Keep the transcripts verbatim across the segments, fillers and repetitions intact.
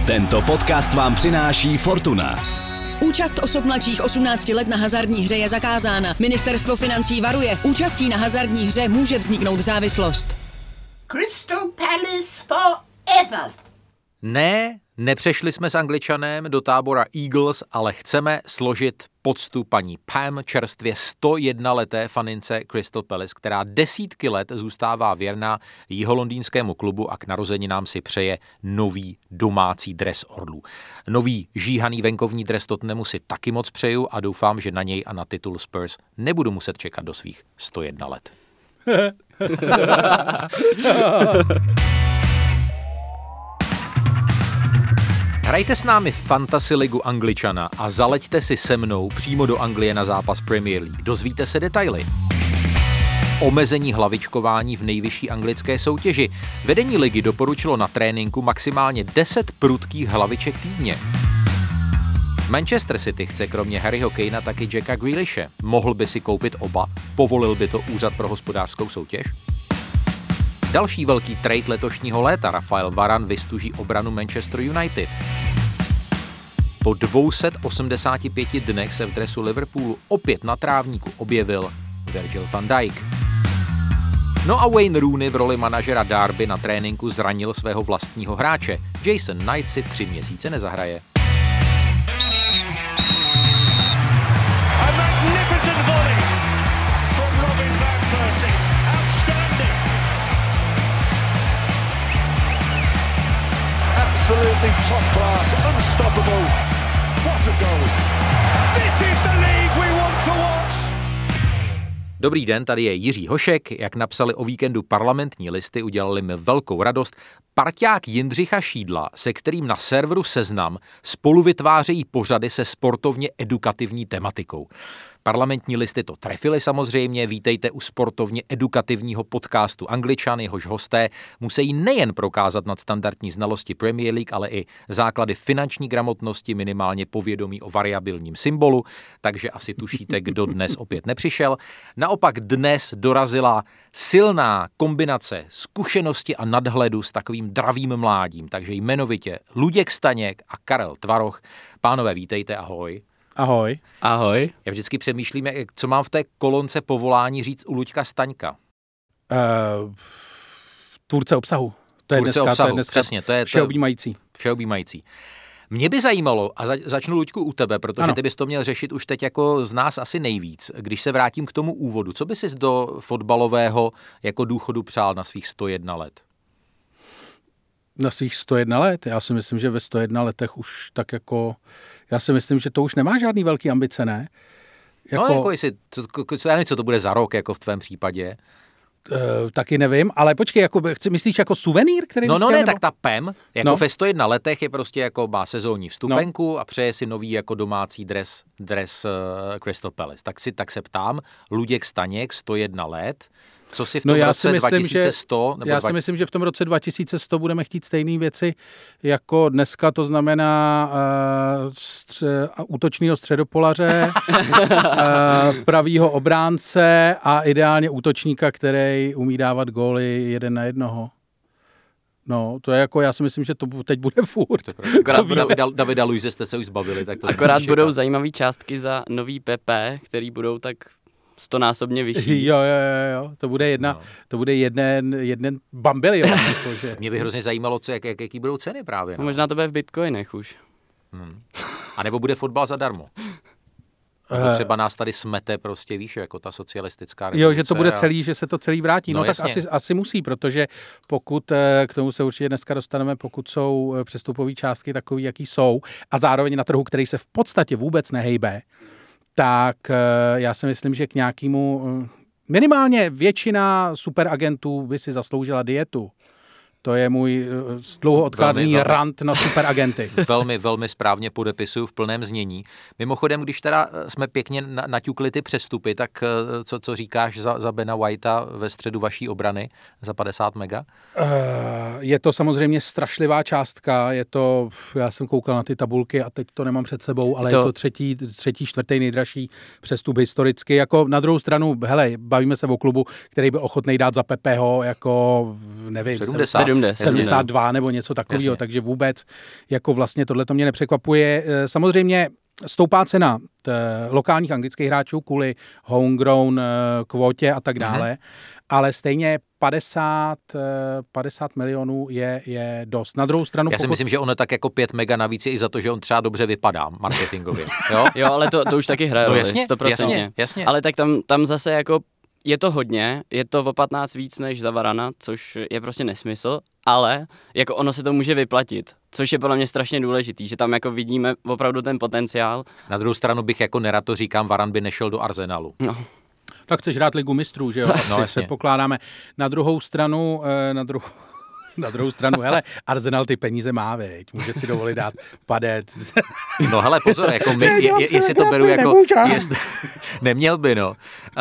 Tento podcast vám přináší Fortuna. Účast osob mladších osmnácti let na hazardní hře je zakázána. Ministerstvo financí varuje, účastí na hazardní hře může vzniknout závislost. Crystal Palace forever. Ne, nepřešli jsme s Angličanem do tábora Eagles, ale chceme složit poctu paní Pam, čerstvě sto jedna leté fanince Crystal Palace, která desítky let zůstává věrná jiholondýnskému klubu a k narozeninám si přeje nový domácí dres orlů. Nový žíhaný venkovní dres Tottenhamu si taky moc přeju a doufám, že na něj a na titul Spurs nebudu muset čekat do svých sto jedna let. Hrajte s námi Fantasy ligu Angličana a zaleďte si se mnou přímo do Anglie na zápas Premier League. Dozvíte se detaily. Omezení hlavičkování v nejvyšší anglické soutěži. Vedení ligy doporučilo na tréninku maximálně deset prudkých hlaviček týdně. Manchester City chce kromě Harryho Kanea taky Jacka Grealishe. Mohl by si koupit oba? Povolil by to úřad pro hospodářskou soutěž? Další velký trade letošního léta, Rafael Varane vystuží obranu Manchester United. Po dvou set osmdesáti pěti dnech se v dresu Liverpoolu opět na trávníku objevil Virgil van Dijk. No a Wayne Rooney v roli manažera Derby na tréninku zranil svého vlastního hráče. Jason Knight si tři měsíce nezahraje. Absolutely top class, unstoppable. What a goal. This is the league we want to watch. Dobrý den, tady je Jiří Hošek. Jak napsali o víkendu Parlamentní listy, udělali mi velkou radost. Parťák Jindřicha Šídla, se kterým na serveru Seznam spolu vytvářejí pořady se sportovně edukativní tematikou. Parlamentní listy to trefily samozřejmě, vítejte u sportovně edukativního podcastu Angličan, jehož hosté musí nejen prokázat nadstandardní znalosti Premier League, ale i základy finanční gramotnosti, minimálně povědomí o variabilním symbolu, takže asi tušíte, kdo dnes opět nepřišel. Naopak dnes dorazila silná kombinace zkušenosti a nadhledu s takovým dravým mládím, takže jmenovitě Luděk Staněk a Karel Tvaroch. Pánové, vítejte, ahoj. Ahoj. Ahoj. Já vždycky přemýšlím, co mám v té kolonce povolání říct u Luďka Staňka. Uh, tvůrce obsahu. To je tvůrce dneska, obsahu, to je dneska přesně. To je všeobjímající. Všeobjímající. Mě by zajímalo, a za, začnu Luďku u tebe, protože ano. Ty bys to měl řešit už teď jako z nás asi nejvíc. Když se vrátím k tomu úvodu, co by jsi do fotbalového jako důchodu přál na svých sto jedna let? Na svých sto jedna let? Já si myslím, že ve sto jedna letech už tak jako... Já si myslím, že to už nemá žádný velký ambice, ne? Jako, no, jako jestli, co, já nevím, co to bude za rok, jako v tvém případě. Uh, taky nevím, ale počkej, jako, chci, myslíš jako suvenýr, který... No, no chtěl, ne, nebo? tak ta P E M, jako no. Ve sto jedna letech je prostě jako má sezónní vstupenku no. A přeje si nový jako domácí dres, dres uh, Crystal Palace. Tak, si, tak se ptám, Luděk Staněk, sto jedna let, co si v tom no roce myslím, dva tisíce sto? Že, nebo já dva... si myslím, že v tom roce dva tisíce sto budeme chtít stejné věci jako dneska, to znamená uh, stře- útočného středopolaře, uh, pravýho obránce a ideálně útočníka, který umí dávat góly jeden na jednoho. No, to je jako, já si myslím, že to teď bude furt. Akorát Davida, Davida Luise jste se už zbavili. Tak to akorát budou zajímavé částky za nový P P, který budou tak stonásobně vyšší. Jo, jo, jo, to bude jedna, no. to bude jeden, jeden bambilion. Jakože. Mě by hrozně zajímalo, co, jak, jak, jaký budou ceny právě. No. Možná to bude v bitcoinech už. Hmm. A nebo bude fotbal zadarmo. Nebo třeba nás tady smete prostě, víš, jako ta socialistická revoluce. Jo, že to bude a... celý, že se to celý vrátí. No, no tak asi, asi musí, protože pokud, k tomu se určitě dneska dostaneme, pokud jsou přestupové částky takový, jaký jsou, a zároveň na trhu, který se v podstatě vůbec nehejbe, tak já si myslím, že k nějakému, minimálně většina superagentů by si zasloužila dietu. To je můj dlouho odkládaný rant na superagenty. Velmi, velmi správně podepisuju v plném znění. Mimochodem, když teda jsme pěkně naťukli ty přestupy, tak co, co říkáš za, za Bena Whitea ve středu vaší obrany za padesát mega? Je to samozřejmě strašlivá částka, je to, já jsem koukal na ty tabulky a teď to nemám před sebou, ale to... je to třetí, třetí, čtvrtý nejdražší přestup historicky. Jako na druhou stranu, hele, bavíme se o klubu, který byl ochotný dát za Pepeho, jako nevím, sedmdesát. sedmdesát dva nebo něco takového, takže vůbec jako vlastně tohle to mě nepřekvapuje. Samozřejmě stoupá cena t- lokálních anglických hráčů kvůli homegrown kvótě a tak dále, mm-hmm. ale stejně padesát, padesát milionů je, je dost. Na druhou stranu... Já si pokud... myslím, že ono tak jako pět mega navíc je i za to, že on třeba dobře vypadá marketingově. Jo, jo ale to, to už taky hraje. No jasně, sto procent. jasně, jasně. Ale tak tam, tam zase jako je to hodně, je to o patnáct víc než za Varana, což je prostě nesmysl, ale jako ono se to může vyplatit, což je podle mě strašně důležitý, že tam jako vidíme opravdu ten potenciál. Na druhou stranu bych jako nerad to říkám, Varan by nešel do Arsenalu. No. Tak chceš hrát ligu mistrů, že jo? Asi no, se pokládáme. Na druhou stranu, na druhou... Na druhou stranu, hele, Arsenal ty peníze má, veď, může si dovolit dát padec. No hele, pozor, jako my, je, je, jestli to beru jako, jest, neměl by, no.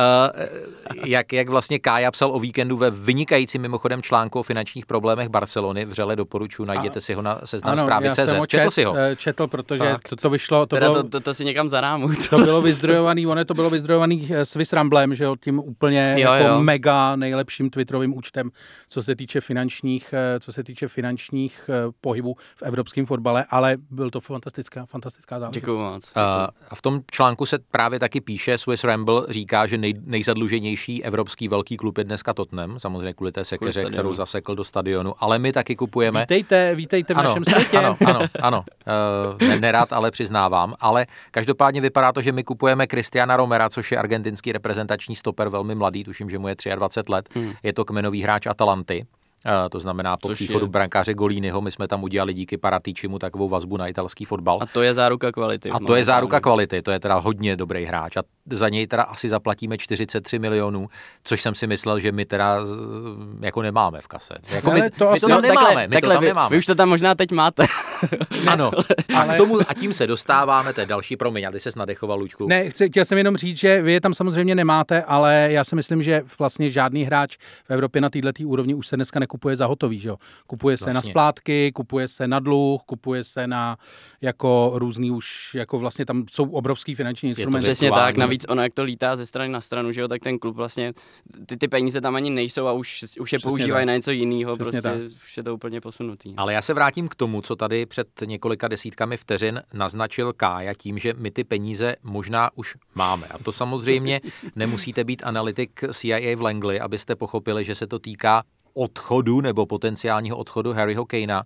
Uh, jak, jak vlastně Kája psal o víkendu ve vynikajícím mimochodem článku o finančních problémech Barcelony, vřele doporučuji, najděte si ho na Seznam Zprávy tečka cé zet. Četl čet, si ho? Četl, protože to, to vyšlo, to teda bylo, to, to, to si někam zarámu. To bylo vyzdrojovaný, ono to bylo vyzdrojovaný Swiss Ramblem, že jo, tím úplně jo, jako jo. mega nejlepším twitterovým účtem, co se týče finančních co se týče finančních pohybů v evropském fotbale, ale byl to fantastická, fantastická záležitost. Děkuju moc. A v tom článku se právě taky píše, Swiss Ramble říká, že nej, nejzadluženější evropský velký klub je dneska Tottenham, samozřejmě kvůli té sekeře, kterou zasekl do stadionu, ale my taky kupujeme. Vítejte, vítejte v ano, našem světě. Ano, ano, ano. Uh, nerad, ale přiznávám, ale každopádně vypadá to, že my kupujeme Cristiana Romera, což je argentinský reprezentační stoper, velmi mladý, tuším, že mu je dvacet tři let. Hmm. Je to kmenový hráč Atalanty. Uh, to znamená po příchodu brankáře Golínyho, my jsme tam udělali díky Paratičimu takovou vazbu na italský fotbal. A to je záruka kvality. A to je záruka kvality, to je teda hodně dobrý hráč a za něj teda asi zaplatíme čtyřicet tři milionů, což jsem si myslel, že my teda jako nemáme v kase. Jako my, to my to tam no, nemáme, takhle, my takhle, to tam vy, nemáme. Vy už to tam možná teď máte. Ano, a, k tomu, a tím se dostáváme, to je další, promiň, a ty ses nadechoval, Luďku. Ne, chci, chtěl jsem jenom říct, že vy je tam samozřejmě nemáte, ale já si myslím, že vlastně žádný hráč v Evropě na této úrovni už se dneska nekupuje za hotový, že jo. Kupuje se vlastně na splátky, kupuje se na dluh, kupuje se na jako různý už, jako vlastně tam jsou obrovský finanční instrumenty. Přesně tak, navíc ono, jak to lítá ze strany na stranu, že jo, tak ten klub vlastně, ty, ty peníze tam ani nejsou a už, už je Přesně používají tak. na něco jiného, prostě tak. Už je to úplně posunutý. Ale já se vrátím k tomu, co tady před několika desítkami vteřin naznačil Kája tím, že my ty peníze možná už máme. A to samozřejmě nemusíte být analytik C I A v Langley, abyste pochopili, že se to týká odchodu nebo potenciálního odchodu Harryho Kanea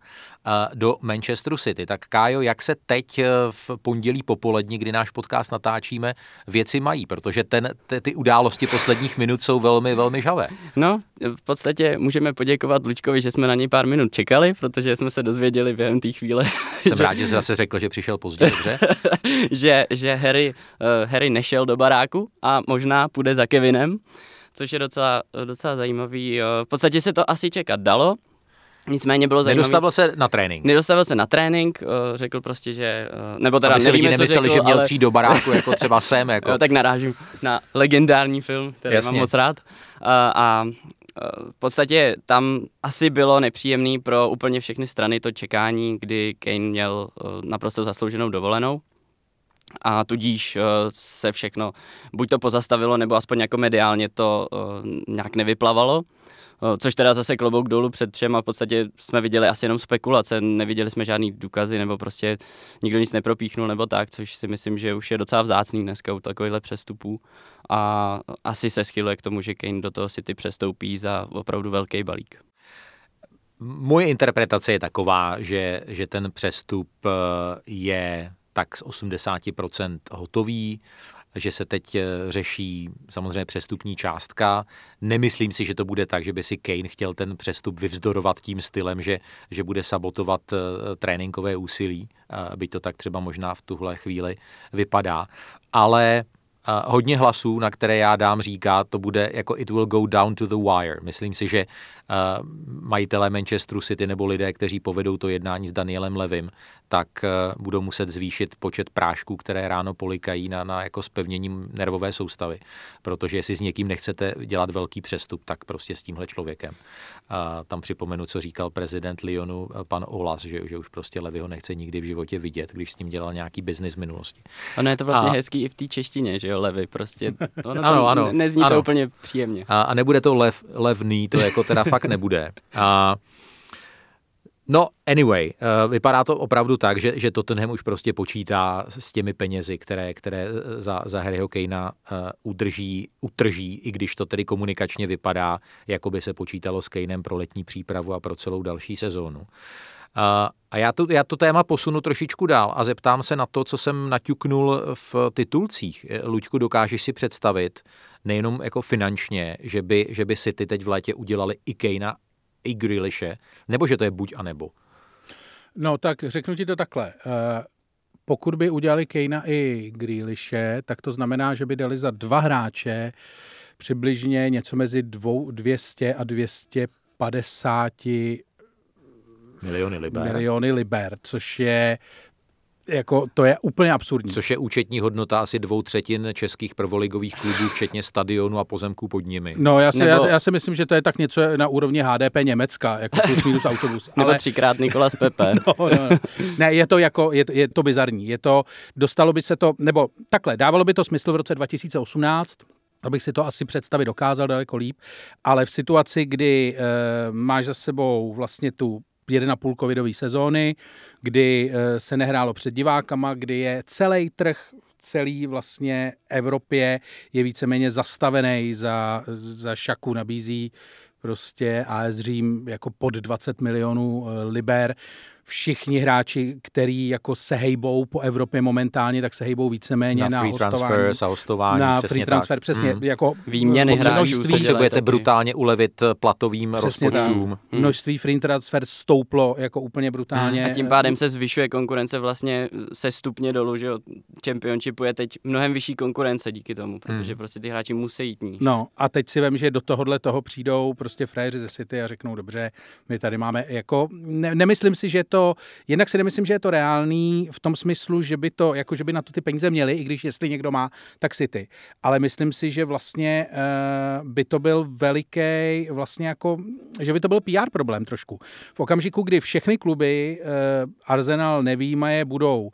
do Manchesteru City. Tak Kájo, jak se teď v pondělí popolední, kdy náš podcast natáčíme, věci mají? Protože ten, ty, ty události posledních minut jsou velmi, velmi žhavé. No, v podstatě můžeme poděkovat Lučkovi, že jsme na něj pár minut čekali, protože jsme se dozvěděli během té chvíle. Jsem že... rád, že jsi zase řekl, že přišel pozdě, dobře? že, že Harry, uh, Harry nešel do baráku a možná půjde za Kevinem, což je docela, docela zajímavý. V podstatě se to asi čekat dalo, nicméně bylo zajímavý. Nedostavil se na trénink. Nedostavil se na trénink, řekl prostě, že, nebo teda aby nevíme, lidi nemysleli, co řekl, že měl ale... přijít do baráku, jako třeba sem. Jako. Jo, tak narážím na legendární film, který Jasně. mám moc rád. A, a v podstatě tam asi bylo nepříjemný pro úplně všechny strany to čekání, kdy Kane měl naprosto zaslouženou dovolenou. A tudíž uh, se všechno buď to pozastavilo, nebo aspoň jako mediálně to uh, nějak nevyplavalo. Uh, což teda zase klobouk dolů před všem a v podstatě jsme viděli asi jenom spekulace, neviděli jsme žádný důkazy, nebo prostě nikdo nic nepropíchnul, nebo tak, což si myslím, že už je docela vzácný dneska u takovýchhle přestupů. A asi se schyluje k tomu, že Kane do toho City přestoupí za opravdu velký balík. Moje interpretace je taková, že, že ten přestup je tak z osmdesát procent hotový, že se teď řeší samozřejmě přestupní částka. Nemyslím si, že to bude tak, že by si Kane chtěl ten přestup vyvzdorovat tím stylem, že, že bude sabotovat tréninkové úsilí, byť to tak třeba možná v tuhle chvíli vypadá. Ale Uh, hodně hlasů, na které já dám, říká, to bude jako it will go down to the wire. Myslím si, že uh, majitelé Manchesteru City nebo lidé, kteří povedou to jednání s Danielem Levim, tak uh, budou muset zvýšit počet prášků, které ráno polikají na, na jako spevněním nervové soustavy. Protože jestli s někým nechcete dělat velký přestup, tak prostě s tímhle člověkem. Uh, tam připomenu, co říkal prezident Lyonu, pan Olas, že, že už prostě Levyho nechce nikdy v životě vidět, když s ním dělal nějaký biznis v minulosti. Ono je to vlastně A... hezký i v té češtině, že jo, Levy, prostě ono ano, ano, nezní ano. to úplně příjemně. A, a nebude to lev, levný, to jako teda fakt nebude. A No, anyway, uh, vypadá to opravdu tak, že, že Tottenham už prostě počítá s těmi penězi, které, které za, za Harryho Kanea uh, udrží, utrží, i když to tedy komunikačně vypadá, jako by se počítalo s Kanem pro letní přípravu a pro celou další sezónu. Uh, a já to, já to téma posunu trošičku dál a zeptám se na to, co jsem naťuknul v titulcích. Luďku, dokážeš si představit, nejenom jako finančně, že by, že by City teď v létě udělali i Kanea, i Grealishe, nebo že to je buď a nebo? No tak řeknu ti to takhle. Pokud by udělali Kanea i Grealishe, tak to znamená, že by dali za dva hráče přibližně něco mezi dvě stě a dvě stě padesát miliony liber. miliony liber, což je jako, to je úplně absurdní. Což je účetní hodnota asi dvou třetin českých prvoligových klubů, včetně stadionu a pozemků pod nimi. No já si, Nebo... já, já si myslím, že to je tak něco na úrovni H D P Německa, jako plus minus autobus. Nebo ale... třikrát Nikolas Pepe. no, no, no. Ne, je to jako, je to, je to bizarní. Je to, dostalo by se to, nebo takhle, dávalo by to smysl v roce dva tisíce osmnáct, abych si to asi představit dokázal daleko líp, ale v situaci, kdy e, máš za sebou vlastně tu jeden a půl covidový sezóny, kdy se nehrálo před divákama, kdy je celý trh, celý vlastně Evropě je víceméně zastavený za, za šaku, nabízí prostě A S Řím jako pod dvacet milionů liber. Všichni hráči, který jako se hejbou po Evropě momentálně, tak se hejbou víceméně na, na free hostování. transfer, a hostování, na přesně free transfer, tak. přesně. Mm. Jako výměny hráčů. Potřebujete brutálně ulevit platovým přesně rozpočtům. Tak. Množství free transfer stouplo jako úplně brutálně. A tím pádem se zvyšuje konkurence vlastně se stupně dolů, že jo. Championshipu je teď mnohem vyšší konkurence díky tomu, protože mm. prostě ty hráči musí jít níž. No a teď si vem, že do tohohle toho přijdou prostě frajeři ze City a řeknou, dobře, my tady máme jako, ne, nemyslím si, že to, jednak si nemyslím, že je to reálný v tom smyslu, že by to, jako že by na to ty peníze měli, i když jestli někdo má, tak City. Ale myslím si, že vlastně uh, by to byl veliký, vlastně jako, že by to byl P R problém trošku. V okamžiku, kdy všechny kluby, uh, Arsenal nevýjímaje, budou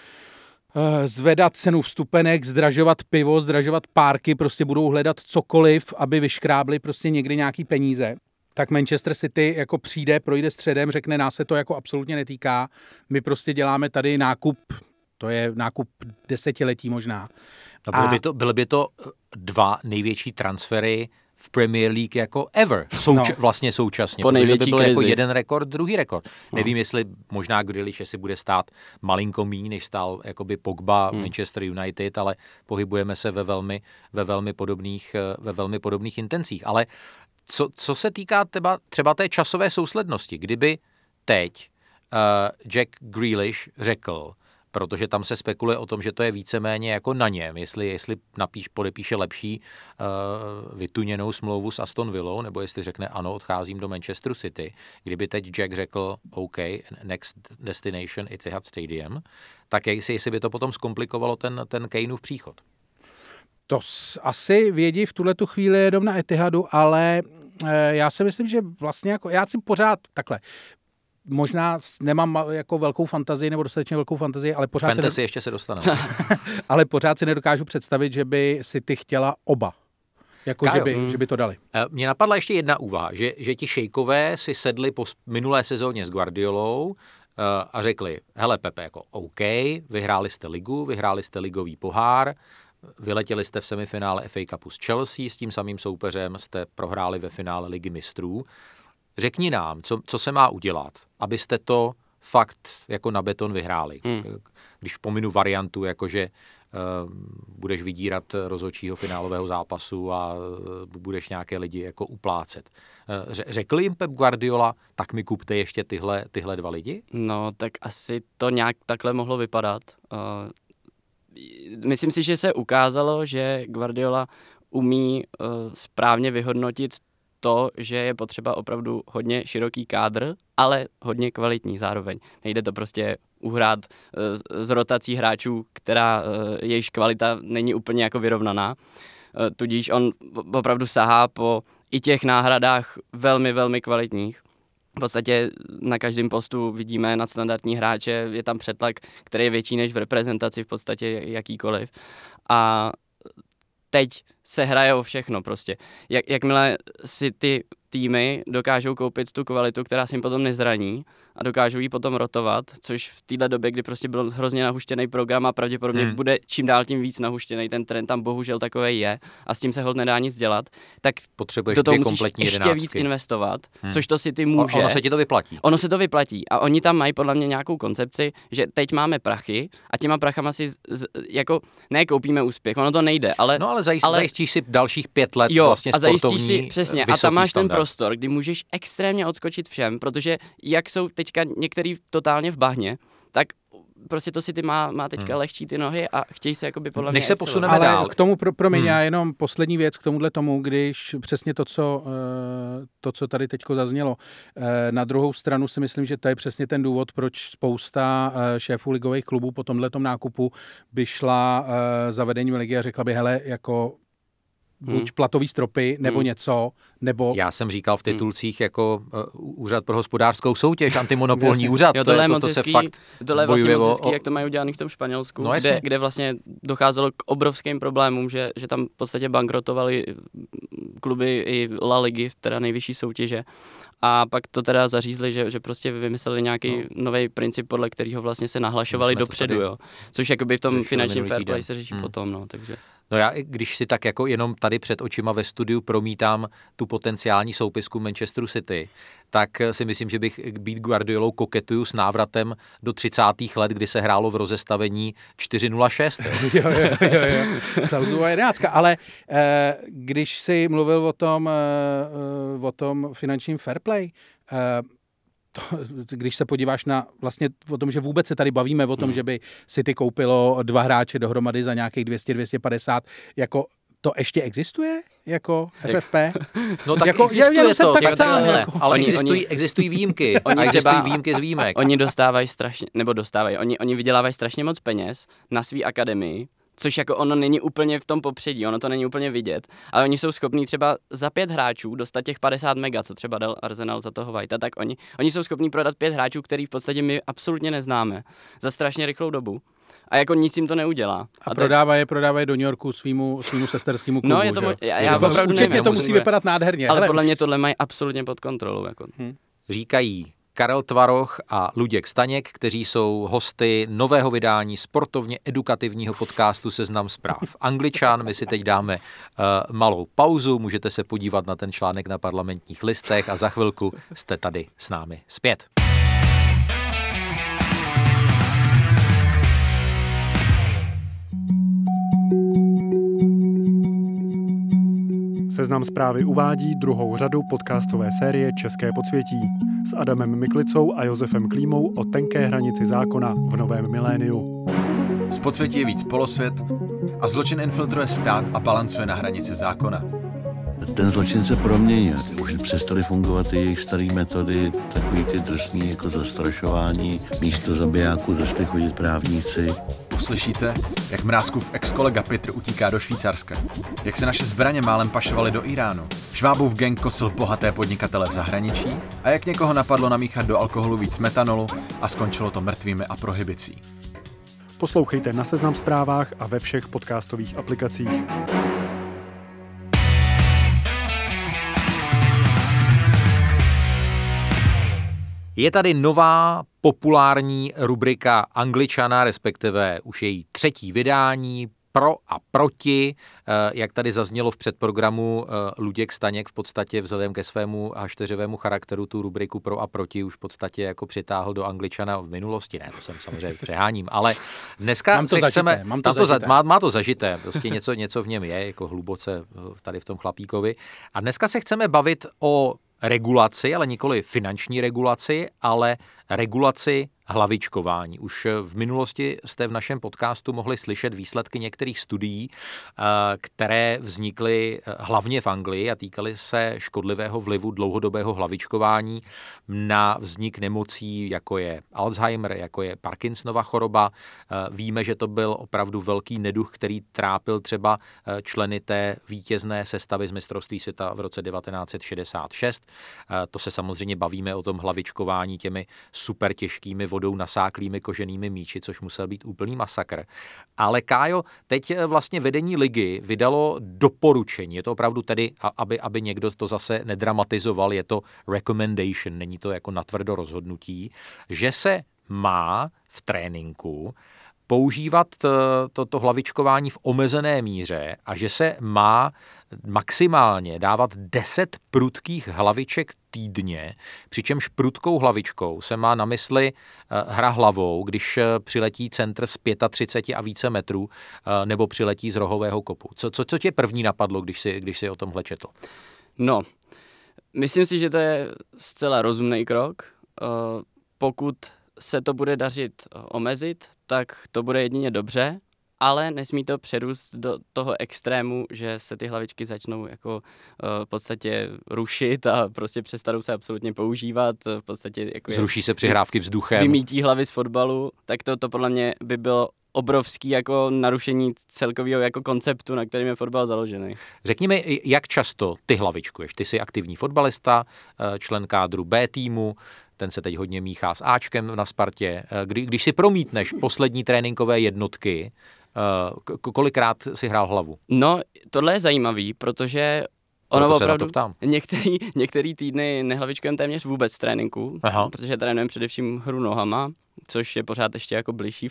zvedat cenu vstupenek, zdražovat pivo, zdražovat párky, prostě budou hledat cokoliv, aby vyškrábli prostě někdy nějaký peníze. Tak Manchester City jako přijde, projde středem, řekne, nás se to jako absolutně netýká, my prostě děláme tady nákup, to je nákup desetiletí možná. No, byly, a... by to, byly by to dva největší transfery v Premier League jako ever, Souč- no. vlastně současně. Po největší by byl krizi. Jako jeden rekord, druhý rekord. No. Nevím, jestli možná Grealish si bude stát malinko míň, než stál jakoby Pogba, hmm. Manchester United, ale pohybujeme se ve velmi, ve velmi podobných, ve velmi podobných intencích. Ale co, co se týká teba, třeba té časové souslednosti, kdyby teď uh, Jack Grealish řekl, protože tam se spekuluje o tom, že to je víceméně jako na něm, jestli, jestli napíš, podepíše lepší uh, vytuněnou smlouvu s Aston Villou, nebo jestli řekne ano, odcházím do Manchesteru City. Kdyby teď Jack řekl OK, next destination Etihad Stadium, tak jestli, jestli by to potom zkomplikovalo ten, ten Kaneův příchod. To asi vědí v tuhletu chvíli jenom na Etihadu, ale e, já si myslím, že vlastně jako, já si pořád takhle, možná nemám jako velkou fantazii nebo dostatečně velkou fantazii, ale pořád Fantasy si ne... ještě se dostane. ale pořád si nedokážu představit, že by City chtěla oba. Jako, že by, mm. že by to dali. Mně napadla ještě jedna úvaha, že, že ti šejkové si sedli po minulé sezóně s Guardiolou uh, a řekli, hele Pepe, jako OK, vyhráli jste ligu, vyhráli jste ligový pohár, vyletěli jste v semifinále F A Cupu s Chelsea, s tím samým soupeřem jste prohráli ve finále Ligy mistrů. Řekni nám, co, co se má udělat, abyste to fakt jako na beton vyhráli. Hmm. Když pominu variantu, jakože uh, budeš vydírat rozhodčího finálového zápasu a uh, budeš nějaké lidi jako uplácet. Uh, řekl jim Pep Guardiola, tak mi kupte ještě tyhle, tyhle dva lidi? No, tak asi to nějak takhle mohlo vypadat. Uh, myslím si, že se ukázalo, že Guardiola umí uh, správně vyhodnotit to, že je potřeba opravdu hodně široký kádr, ale hodně kvalitní zároveň. Nejde to prostě uhrát uh, z rotací hráčů, která uh, jejíž kvalita není úplně jako vyrovnaná. Uh, tudíž on opravdu sahá po i těch náhradách velmi, velmi kvalitních. V podstatě na každém postu vidíme nadstandardní hráče, je tam přetlak, který je větší než v reprezentaci v podstatě jakýkoliv. A teď se hraje o všechno prostě. Jak, jakmile si ty týmy dokážou koupit tu kvalitu, která se jim potom nezraní a dokážou ji potom rotovat, což v této době, kdy prostě byl hrozně nahuštěný program a pravděpodobně hmm. bude čím dál tím víc nahuštěný, ten trend tam bohužel takovej je a s tím se holt nedá nic dělat, tak potřebuješ do toho dvě musíš kompletní ještě jedenáctky. víc investovat, hmm. což to si ty může. Ono se ti to vyplatí. Ono se to vyplatí a oni tam mají podle mě nějakou koncepci, že teď máme prachy a těma prachama si z, z, jako ne koupíme úspěch, ono to nejde, ale no ale, zajist, ale zajistíš si dalších pět let jo, vlastně a sportovní zajistíš si přesně a tam máš standard. ten prostor, kdy můžeš extrémně odskočit všem, protože jak jsou teďka některý totálně v bahně, tak prostě to si ty má, má teďka hmm. lehčí ty nohy a chtějí se jakoby podle mě... Než se posuneme ale dál. K tomu, pro, promiň, hmm. já jenom poslední věc k tomuhle tomu, když přesně to, co, to, co tady teďko zaznělo. Na druhou stranu si myslím, že to je přesně ten důvod, proč spousta šéfů ligových klubů po tomhletom nákupu by šla zavedením ligy a řekla by, hele, jako buď hmm. platový stropy, nebo hmm. něco, nebo... Já jsem říkal v titulcích hmm. jako uh, úřad pro hospodářskou soutěž, antimonopolní úřad. Jo, to je to, to, co se fakt tohle je vlastně o, moc hezký, jak to mají udělané v tom Španělsku, no kde, kde vlastně docházelo k obrovským problémům, že, že tam v podstatě bankrotovaly kluby i La Ligy, teda nejvyšší soutěže. A pak to teda zařízli, že, že prostě vymysleli nějaký no. nový princip, podle kterého vlastně se nahlašovali dopředu, jo. Což jakoby v tom finančním fair play se řeší hmm. potom, no, takže... No já, když si tak jako jenom tady před očima ve studiu promítám tu potenciální soupisku Manchesteru City, tak si myslím, že bych být Guardiolou koketuju s návratem do třicátých let, kdy se hrálo v rozestavení čtyři nula šest. jo, jo, jo, jo. Tauzová jedenáctka. Ale eh, když jsi mluvil o tom, eh, o tom finančním fair play, eh, to, když se podíváš na vlastně o tom, že vůbec se tady bavíme o tom, hmm. že by City koupilo dva hráče dohromady za nějakých dvě stě až dvě stě padesát, jako to ještě existuje jako F F P? No tak jako, existuje to, tak, tak, tak, jako, ale oni, existují, oni, existují výjimky oni a existují třeba, výjimky z výjimek. Oni dostávají strašně, nebo dostávají, oni, oni vydělávají strašně moc peněz na svý akademii, což jako ono není úplně v tom popředí, ono to není úplně vidět, ale oni jsou schopní třeba za pět hráčů dostat těch padesát mega, co třeba dal Arsenal za toho Whitea, tak oni, oni jsou schopní prodat pět hráčů, který v podstatě my absolutně neznáme, za strašně rychlou dobu. A jako nic jim to neudělá. A, a prodávají, prodávají do New Yorku svýmu, svýmu sesterskému klubu, no, je to, že? Já, já opravdu nevím. To musí vypadat nádherně. Ale hele, podle mě tohle mají absolutně pod kontrolou. Jako. Hm. Říkají Karel Tvaroch a Luděk Staněk, kteří jsou hosty nového vydání sportovně edukativního podcastu Seznam zpráv Angličan. My si teď dáme uh, malou pauzu, můžete se podívat na ten článek na Parlamentních listech a za chvilku jste tady s námi zpět. Seznam zprávy uvádí druhou řadu podcastové série České podsvětí s Adamem Miklicou a Josefem Klímou o tenké hranici zákona v novém miléniu. Z podsvětí je víc polosvět a zločin infiltruje stát a balancuje na hranici zákona. Ten zločin se proměnil. Už přestaly fungovat ty jejich staré metody, takový ty drsný jako zastrašování. Místo zabijáků začali chodit právníci. Uslyšíte, jak Mrázkův ex-kolega Petr utíká do Švýcarska. Jak se naše zbraně málem pašovaly do Iránu. Švábův gang kosil bohaté podnikatele v zahraničí a jak někoho napadlo namíchat do alkoholu víc metanolu a skončilo to mrtvými a prohibicí. Poslouchejte na Seznam zprávách a ve všech podcastových aplikacích. Je tady nová populární rubrika Angličana, respektive už její třetí vydání, pro a proti. Jak tady zaznělo v předprogramu, Luděk Staněk v podstatě vzhledem ke svému hašteřovému charakteru tu rubriku pro a proti už v podstatě jako přitáhl do Angličana v minulosti. Ne, to jsem samozřejmě přeháním, ale dneska mám to se zažité, chceme... Mám to to zažité. Za, má, má to zažité, prostě něco, něco v něm je, jako hluboce tady v tom chlapíkovi. A dneska se chceme bavit o regulaci, ale nikoli finanční regulaci, ale regulaci hlavičkování. Už v minulosti jste v našem podcastu mohli slyšet výsledky některých studií, které vznikly hlavně v Anglii a týkaly se škodlivého vlivu dlouhodobého hlavičkování na vznik nemocí, jako je Alzheimer, jako je Parkinsonova choroba. Víme, že to byl opravdu velký neduch, který trápil třeba členy té vítězné sestavy z mistrovství světa v roce devatenáct set šedesát šest. To se samozřejmě bavíme o tom hlavičkování těmi super těžkými vodou nasáklými koženými míči, což musel být úplný masakr. Ale Kájo, teď vlastně vedení ligy vydalo doporučení. Je to opravdu tedy, aby, aby někdo to zase nedramatizoval, je to recommendation, není to jako natvrdo rozhodnutí, že se má v tréninku používat toto to hlavičkování v omezené míře a že se má maximálně dávat deset prudkých hlaviček týdně, přičemž prudkou hlavičkou se má na mysli hra hlavou, když přiletí centr z třicet pět a více metrů nebo přiletí z rohového kopu. Co, co, co tě první napadlo, když jsi, když jsi o tomhle četl? No, myslím si, že to je zcela rozumný krok. Pokud se to bude dařit omezit, tak to bude jedině dobře, ale nesmí to přerůst do toho extrému, že se ty hlavičky začnou jako uh, v podstatě rušit a prostě přestanou se absolutně používat. V podstatě jako zruší se přihrávky vzduchem. Vymítí hlavy z fotbalu, tak to, to podle mě by bylo obrovský jako narušení celkového jako konceptu, na kterým je fotbal založený. Řekni mi, jak často ty hlavičkuješ? Ty jsi aktivní fotbalista, člen kádru B týmu, ten se teď hodně míchá s Ačkem na Spartě. Kdy, když si promítneš poslední tréninkové jednotky, kolikrát si hrál hlavu? No, tohle je zajímavý, protože ono opravdu některý, některý týdny nehlavičkujeme téměř vůbec v tréninku, Aha. protože trénujeme především hru nohama, což je pořád ještě jako bližší,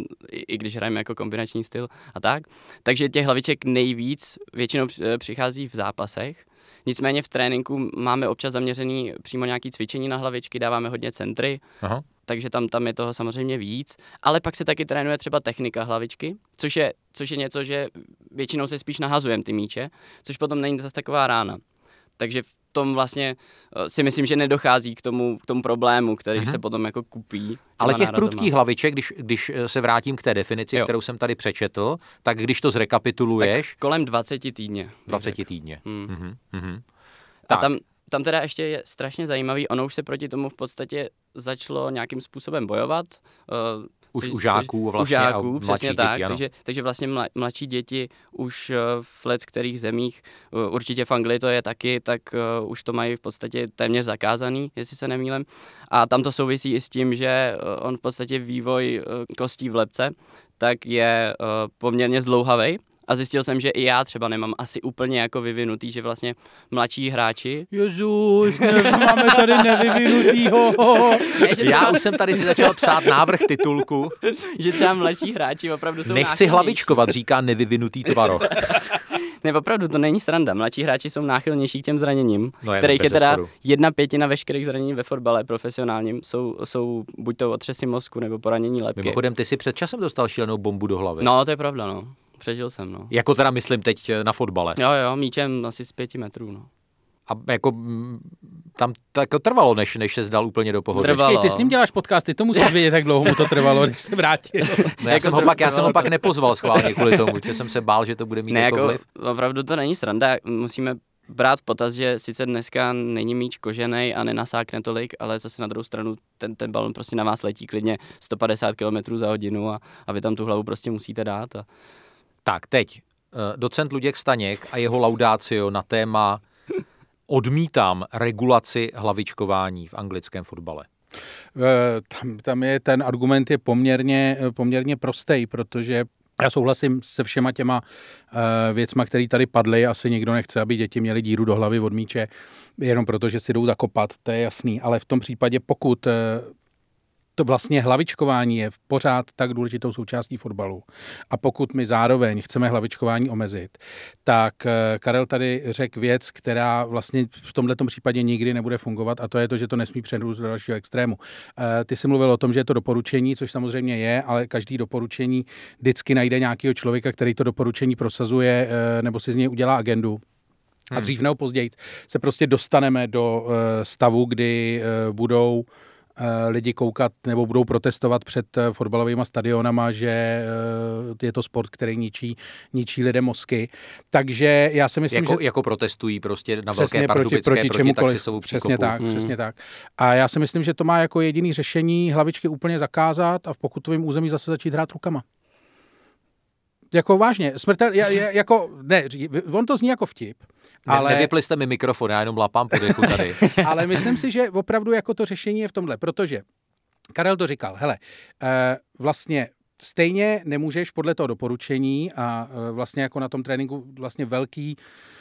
i když hrajeme jako kombinační styl a tak. Takže těch hlaviček nejvíc většinou přichází v zápasech. Nicméně v tréninku máme občas zaměřený přímo nějaký cvičení na hlavičky, dáváme hodně centry, Aha. takže tam, tam je toho samozřejmě víc. Ale pak se taky trénuje třeba technika hlavičky, což je, což je něco, že většinou se spíš nahazujeme ty míče, což potom není zase taková rána. Takže v tom vlastně si myslím, že nedochází k tomu, k tomu problému, který uh-huh. se potom jako kupí. Ale těch prudkých hlaviček, když, když se vrátím k té definici, jo. kterou jsem tady přečetl, tak když to zrekapituluješ... Tak kolem dvacet týdně. dvacet týdně. Hmm. Uh-huh. Uh-huh. A tam, tam teda ještě je strašně zajímavý, ono už se proti tomu v podstatě začalo nějakým způsobem bojovat. Uh, Už což, u žáků vlastně u žáků, a přesně děti, tak, ano. takže, takže vlastně mla, mladší děti už v let kterých zemích, určitě v Anglii to je taky, tak uh, už to mají v podstatě téměř zakázaný, jestli se nemýlím. A tam to souvisí i s tím, že on v podstatě vývoj uh, kostí v lebce, tak je uh, poměrně zdlouhavej. A zjistil jsem, že i já třeba nemám asi úplně jako vyvinutý, že vlastně mladší hráči... Jezus, ne, máme tady nevyvinutýho. Ne, že já už jsem tady si začal psát návrh titulku. Že třeba mladší hráči opravdu jsou Nechci náchylnější. hlavičkovat, říká nevyvinutý tvaroh. Ne, opravdu, to není sranda. Mladší hráči jsou náchylnější k těm zraněním, no, kterých je teda zesporu. jedna pětina veškerých zranění ve fotbale profesionálním. Jsou, jsou buď to otřesy mozku nebo poranění lebky. Mimochodem, ty si před časem dostal šílenou bombu do hlavy. No, to je pravda, no. Přežil jsem, no. Jako teda myslím teď na fotbale. Jo, jo, míčem asi z pěti metrů, no. A jako tam tak trvalo, než, než se zdal úplně do pohody. Počkej, ty s ním děláš podcast, ty to musíš vědět, jak dlouho mu to trvalo, než se vrátil. No já, jsem ho pak, já jsem ho pak nepozval schválně kvůli tomu, že jsem se bál, že to bude mít ne, jako jako vliv. Opravdu to není sranda, musíme brát v potaz, že sice dneska není míč koženej a nenasákne tolik, ale zase na druhou stranu ten, ten balon prostě na vás letí klidně sto padesát kilometrů za hodinu a, a vy tam tu hlavu prostě musíte dát. A... Tak, teď docent Luděk Staněk a jeho laudácio na téma odmítám regulaci hlavičkování v anglickém fotbale. Tam, tam je ten argument je poměrně, poměrně prostý, protože já souhlasím se všema těma uh, věcma, které tady padly. Asi nikdo nechce, aby děti měly díru do hlavy od míče, jenom proto, že si jdou zakopat, to je jasný. Ale v tom případě, pokud uh, to vlastně hlavičkování je pořád tak důležitou součástí fotbalu. A pokud my zároveň chceme hlavičkování omezit, tak Karel tady řekl věc, která vlastně v tomhletom případě nikdy nebude fungovat, a to je to, že to nesmí přerůst do dalšího extrému. Ty jsi mluvil o tom, že je to doporučení, což samozřejmě je, ale každý doporučení vždycky najde nějakého člověka, který to doporučení prosazuje, nebo si z něj udělá agendu. A dřív nebo později se prostě dostaneme do stavu, kdy budou lidi koukat nebo budou protestovat před fotbalovými stadionama, že je to sport, který ničí, ničí lidem mozky. Takže já si myslím, jako, že... Jako protestují prostě na Velké Pardubické proti, proti, proti taxisovou příkopu. Přesně tak, hmm. přesně tak. A já si myslím, že to má jako jediný řešení hlavičky úplně zakázat a v pokutovém území zase začít hrát rukama. Jako vážně, smrtel, jako, ne, on to zní jako vtip, ne, ale... Nevypli jste mi mikrofon, já jenom lapám po dechu tady. Ale myslím si, že opravdu jako to řešení je v tomhle, protože Karel to říkal, hele, e, vlastně stejně nemůžeš podle toho doporučení a e, vlastně jako na tom tréninku vlastně velký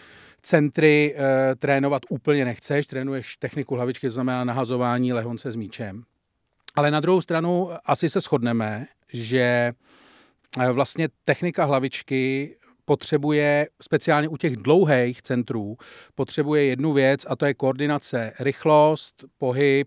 centry e, trénovat úplně nechceš, trénuješ techniku hlavičky, to znamená nahazování lehonce s míčem. Ale na druhou stranu asi se shodneme, že vlastně technika hlavičky potřebuje, speciálně u těch dlouhých centrů, potřebuje jednu věc a to je koordinace, rychlost, pohyb,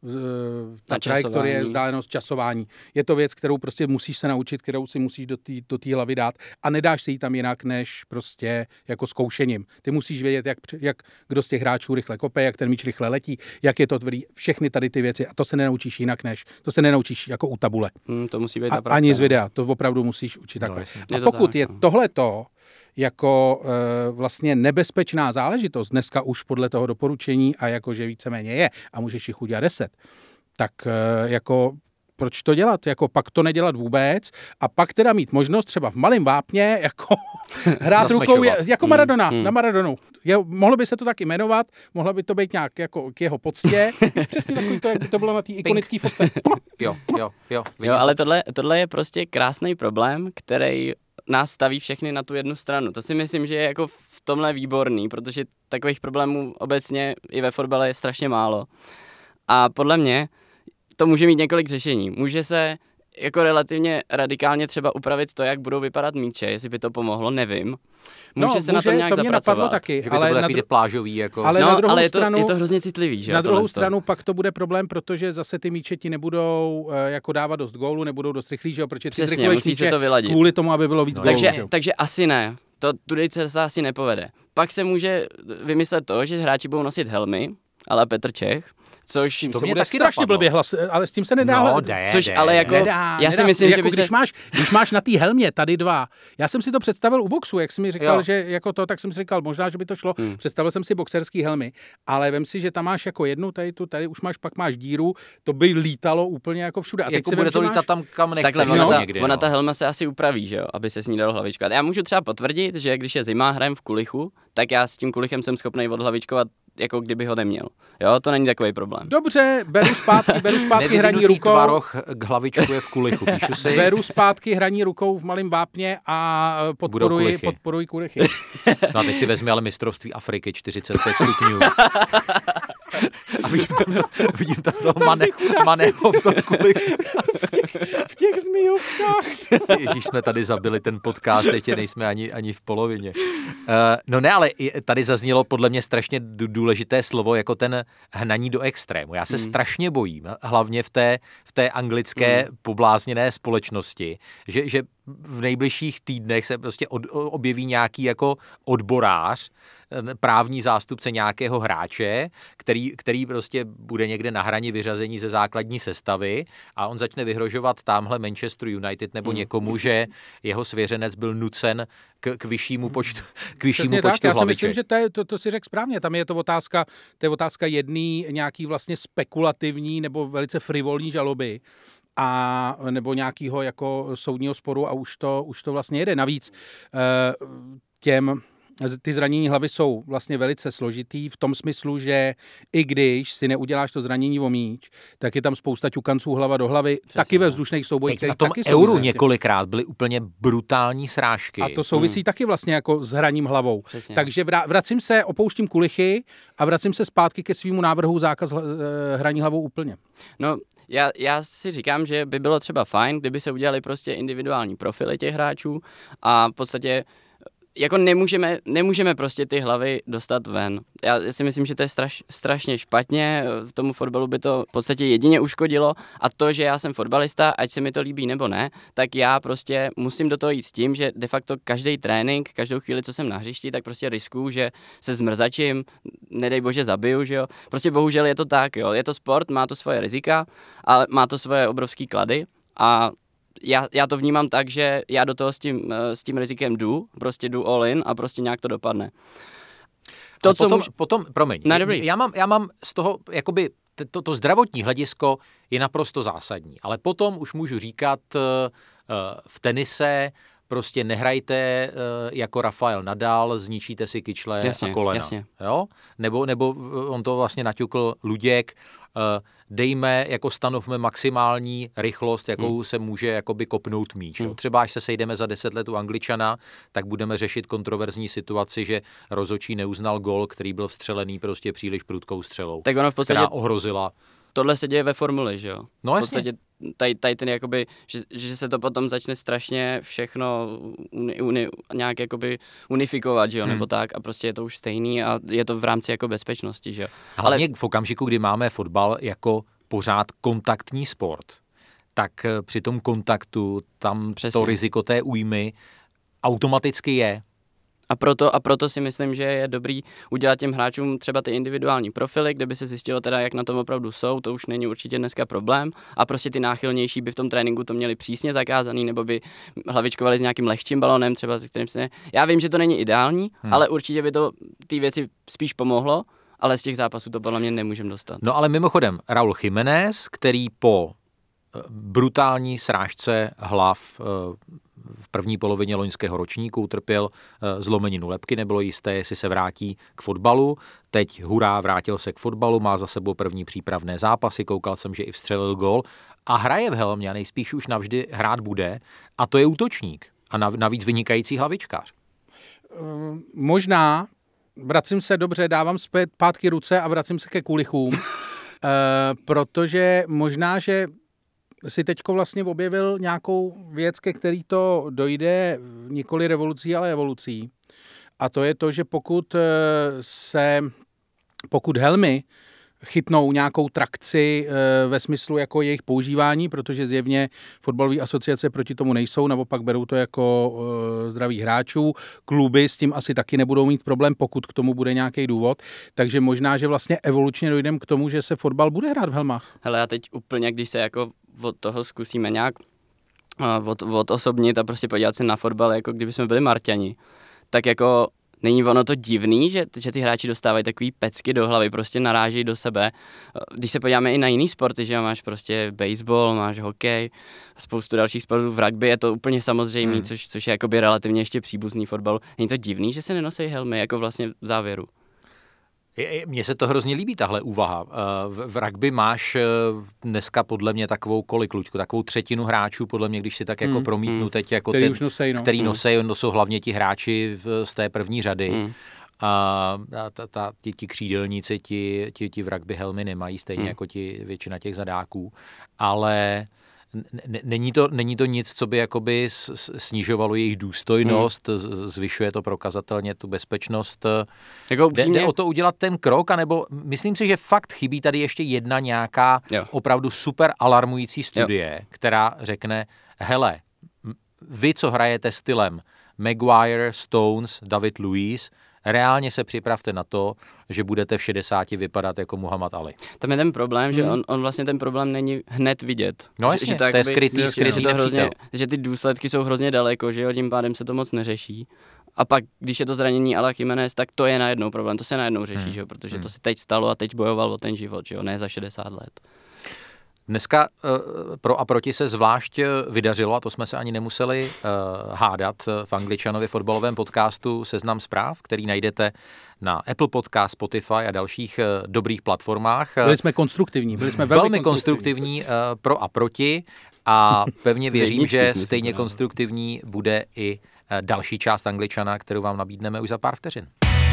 ta trajektorie, vzdálenost, časování. Je to věc, kterou prostě musíš se naučit, kterou si musíš do té do té hlavy dát a nedáš si ji tam jinak, než prostě jako zkoušením. Ty musíš vědět, jak, jak kdo z těch hráčů rychle kope, jak ten míč rychle letí, jak je to tvrdý, všechny tady ty věci a to se nenaučíš jinak, než to se nenaučíš jako u tabule. Hmm, to musí být a, ani z videa, to opravdu musíš učit takhle. No, a pokud je tohleto jako e, vlastně nebezpečná záležitost, dneska už podle toho doporučení a jakože víceméně je a můžeš jich udělat deset, tak e, jako proč to dělat? Jako pak to nedělat vůbec a pak teda mít možnost třeba v malém vápně jako hrát rukou je, jako Maradona, mm, mm. na Maradonu. Je, mohlo by se to tak jmenovat, mohla by to být nějak jako k jeho poctě. Přesně takový to, jak by to bylo na té ikonické fotce. Jo, jo, jo. Jo, ale tohle, tohle je prostě krásný problém, který nás staví všechny na tu jednu stranu. To si myslím, že je jako v tomhle výborný, protože takových problémů obecně i ve fotbale je strašně málo. A podle mě to může mít několik řešení. Může se jako relativně radikálně třeba upravit to, jak budou vypadat míče, jestli by to pomohlo, nevím. Může no, se může, na tom nějak to mě zapracovat. Taky, že by ale to na dru- plážový. Jako... Ale, no, na druhou ale je, to, stranu, je to hrozně citlivý. Že na druhou tohle stranu pak to bude problém, protože zase ty míče ti nebudou uh, jako dávat dost gólů, nebudou dost rychlý, že jo? Protože ty zrychluješ míče to vyladit. Kvůli tomu, aby bylo víc no, gólů. Takže, takže asi ne. To tudy se asi nepovede. Pak se může vymyslet to, že hráči budou nosit helmy, ale Petr Čech, což to mě bude taky strašně blbě hlas, ale s tím se nedá. No, jde, což jde. ale jako, nedá, já si nedá, myslím, jako že by když se... máš, když máš na té helmě tady dva, já jsem si to představil u boxu, jak jsi mi říkal, jo. že jako to, tak jsem si říkal, možná, že by to šlo, hmm. představil jsem si boxerský helmy, ale vem si, že tam máš jako jednu, tady tu, tady už máš, pak máš díru, to by lítalo úplně jako všude. A teď jako si bude vem, to lítat máš... tam, kam nechce. Takhle, no, ona, ta, někdy, ona no. ta helma se asi upraví, že jo, aby se s ní dalo hlavičkovat. Já můžu třeba potvrdit, že když je zima, hrajem v kulichu, tak já s tím kulichem jsem schopný odhlavičkovat, jako kdyby ho neměl. Jo, to není takový problém. Dobře, beru zpátky, beru zpátky hraní rukou. Tvaroh k hlavičku je v kulichu, píšu si. Beru zpátky hraní rukou v malém vápně a podporuji, podporuji kulichy. No a teď si vezmi ale mistrovství Afriky čtyřicet pět stupňů. A vidím tam, to, vidím tam toho mane, maného v tom kulichu. V těch, v těch zmijovkách. Ježíš, jsme tady zabili ten podcast, teď nejsme ani, ani v polovině. Uh, no ne, ale tady zaznělo podle mě strašně důležité slovo, jako ten hnaní do extrému. Já se mm. strašně bojím, hlavně v té, v té anglické mm. poblázněné společnosti, že, že v nejbližších týdnech se prostě od, objeví nějaký jako odborář, právní zástupce nějakého hráče, který, který prostě bude někde na hraně vyřazení ze základní sestavy a on začne vyhrožovat tamhle Manchester United nebo hmm. někomu, že jeho svěřenec byl nucen k, k vyššímu počtu, k vyššímu počtu tak, já hlaviček. si myslím, že to, je, to, to si řekl správně. Tam je to otázka, to je otázka jedný nějaký vlastně spekulativní nebo velice frivolní žaloby a nebo nějakého jako soudního sporu a už to, už to vlastně jede. Navíc těm ty zranění hlavy jsou vlastně velice složitý v tom smyslu, že i když si neuděláš to zranění o míč, tak je tam spousta ťukanců hlava do hlavy, přesně, taky ve vzdušných soubojích. Na tom Euru jsou několikrát byly úplně brutální srážky. A to souvisí hmm. taky vlastně jako s hraním hlavou. Přesně. Takže vracím se, opouštím kulichy a vracím se zpátky ke svýmu návrhu zákaz hraní hlavou úplně. No, já, já si říkám, že by bylo třeba fajn, kdyby se udělali prostě individuální profily těch hráčů a v podstatě jako nemůžeme, nemůžeme prostě ty hlavy dostat ven. Já si myslím, že to je straš, strašně špatně, v tomu fotbalu by to v podstatě jedině uškodilo a to, že já jsem fotbalista, ať se mi to líbí nebo ne, tak já prostě musím do toho jít s tím, že de facto každý trénink, každou chvíli, co jsem na hřišti, tak prostě riskuju, že se zmrzačím, nedej bože zabiju, že jo. Prostě bohužel je to tak, jo. Je to sport, má to svoje rizika, ale má to svoje obrovský klady a Já, já to vnímám tak, že já do toho s tím, s tím rizikem jdu, prostě jdu all in a prostě nějak to dopadne. To, co potom, můž... potom, promiň, no, dobrý. Já, mám, já mám z toho, jakoby, to, to zdravotní hledisko je naprosto zásadní, ale potom už můžu říkat uh, v tenise, prostě nehrajte uh, jako Rafael Nadal, zničíte si kyčle jasně, a kolena. Jasně. Jo? Nebo, nebo on to vlastně naťukl Luděk, dejme, jako stanovme maximální rychlost, jakou hmm. se může jakoby kopnout míč. Hmm. Třeba až se sejdeme za deset let u Angličana, tak budeme řešit kontroverzní situaci, že rozhodčí neuznal gól, který byl vstřelený prostě příliš prudkou střelou, tak ono v podstatě která ohrozila. Tohle se děje ve formuli, že jo? No v podstatě tady, tady ten jakoby, že, že se to potom začne strašně všechno uni, uni, nějak jakoby unifikovat, že jo, hmm. nebo tak a prostě je to už stejný a je to v rámci jako bezpečnosti, že jo. Ale v okamžiku, kdy máme fotbal jako pořád kontaktní sport, tak při tom kontaktu tam Přesně. to riziko té újmy automaticky je. A proto, a proto si myslím, že je dobrý udělat těm hráčům třeba ty individuální profily, kde by se zjistilo teda, jak na tom opravdu jsou, to už není určitě dneska problém a prostě ty náchylnější by v tom tréninku to měli přísně zakázaný, nebo by hlavičkovali s nějakým lehčím balonem, třeba s kterým se... Já vím, že to není ideální, hmm. ale určitě by to ty věci spíš pomohlo, ale z těch zápasů to podle mě nemůžeme dostat. No ale mimochodem, Raúl Jiménez, který po brutální srážce hlav v první polovině loňského ročníku utrpěl zlomeninu lebky, nebylo jisté, jestli se vrátí k fotbalu. Teď hurá, vrátil se k fotbalu, má za sebou první přípravné zápasy, koukal jsem, že i vstřelil gól a hraje v helmě a nejspíš už navždy hrát bude a to je útočník a navíc vynikající hlavičkář. Možná, vracím se dobře, dávám zpět pátky ruce a vracím se ke kulichům, uh, protože možná, že si teďko vlastně objevil nějakou věc, ke který to dojde nikoli revolucí, ale evolucí. A to je to, že pokud se, pokud helmy chytnou nějakou trakci ve smyslu jako jejich používání, protože zjevně fotbalové asociace proti tomu nejsou, naopak berou to jako zdraví hráčů. Kluby s tím asi taky nebudou mít problém, pokud k tomu bude nějaký důvod. Takže možná, že vlastně evolučně dojdeme k tomu, že se fotbal bude hrát v helmách. Hele, já teď úplně, když se jako od toho zkusíme nějak od, odosobnit a prostě podívat se na fotbal, jako kdyby jsme byli Marťani, tak jako není ono to divný, že, že ty hráči dostávají takový pecky do hlavy, prostě narážejí do sebe. Když se podíváme i na jiný sporty, že máš prostě baseball, máš hokej, spoustu dalších sportů, v rugby je to úplně samozřejmé, hmm. což, což je jakoby relativně ještě příbuzný fotbalu. Není to divný, že se nenosí helmy, jako vlastně v závěru? Mně se to hrozně líbí, tahle úvaha. V, v rugby máš dneska podle mě takovou kolik, Luďku, takovou třetinu hráčů, podle mě, když si tak jako hmm, promítnu hmm. teď, jako který ten, už nosej, no. který nosej, to jsou hlavně ti hráči v, z té první řady. Hmm. A ta, ta, ti, ti křídelníci, ti, ti, ti v rugby helmy nemají, stejně hmm. jako ti většina těch zadáků. Ale není to, není to nic, co by jakoby snižovalo jejich důstojnost, hmm. zvyšuje to prokazatelně tu bezpečnost. Jako jde, jde o to udělat ten krok, anebo myslím si, že fakt chybí tady ještě jedna nějaká jo. opravdu super alarmující studie, jo. která řekne, hele, vy, co hrajete stylem Maguire, Stones, David Luiz, reálně se připravte na to, že budete v šedesáti vypadat jako Muhammad Ali. Tam je ten problém, že on, on vlastně ten problém není hned vidět. No jasně, že, že to, to je skrytý, že, skrytý že, to hrozně, že ty důsledky jsou hrozně daleko, že jo, tím pádem se to moc neřeší. A pak, když je to zranění Ala Jiménez, tak to je najednou problém, to se najednou řeší, hmm. že jo, protože hmm. to se teď stalo a teď bojoval o ten život, že jo, ne za šedesát let. Dneska uh, pro a proti se zvlášť vydařilo, a to jsme se ani nemuseli uh, hádat v Angličanovi fotbalovém podcastu Seznam zpráv, který najdete na Apple Podcast, Spotify a dalších uh, dobrých platformách. Byli jsme konstruktivní, byli jsme velmi, velmi konstruktivní, konstruktivní uh, pro a proti a pevně věřím, že stejně konstruktivní bude i uh, další část Angličana, kterou vám nabídneme už za pár vteřin.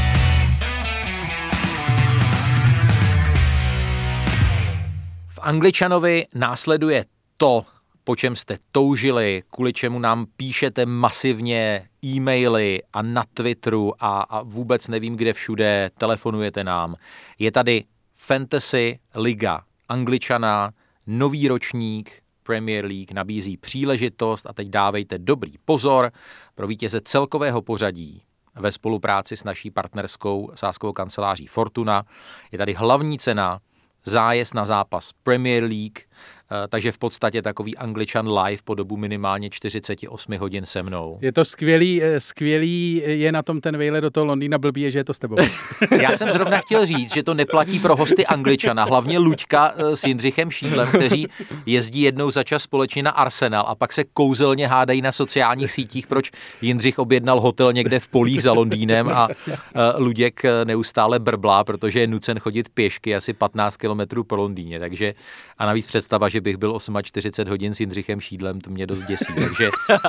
Angličanovi následuje to, po čem jste toužili, kvůli čemu nám píšete masivně e-maily a na Twitteru a, a vůbec nevím, kde všude telefonujete nám. Je tady Fantasy Liga Angličana, nový ročník Premier League nabízí příležitost a teď dávejte dobrý pozor pro vítěze celkového pořadí ve spolupráci s naší partnerskou sázkovou kanceláří Fortuna. Je tady hlavní cena zájezd na zápas Premier League takže v podstatě takový Angličan live po dobu minimálně čtyřicet osm hodin se mnou. Je to skvělý, skvělý je na tom ten vejlet do toho Londýna, blbý je, že je to s tebou. Já jsem zrovna chtěl říct, že to neplatí pro hosty Angličana, hlavně Luďka s Jindřichem Šídlem, kteří jezdí jednou za čas společně na Arsenal a pak se kouzelně hádají na sociálních sítích, proč Jindřich objednal hotel někde v polích za Londýnem a Luděk neustále brblá, protože je nucen chodit pěšky asi patnáct kilometrů po Londýně, takže a navíc představa, že bych byl čtyřicet osm hodin s Jindřichem Šídlem, to mě dost děsí, takže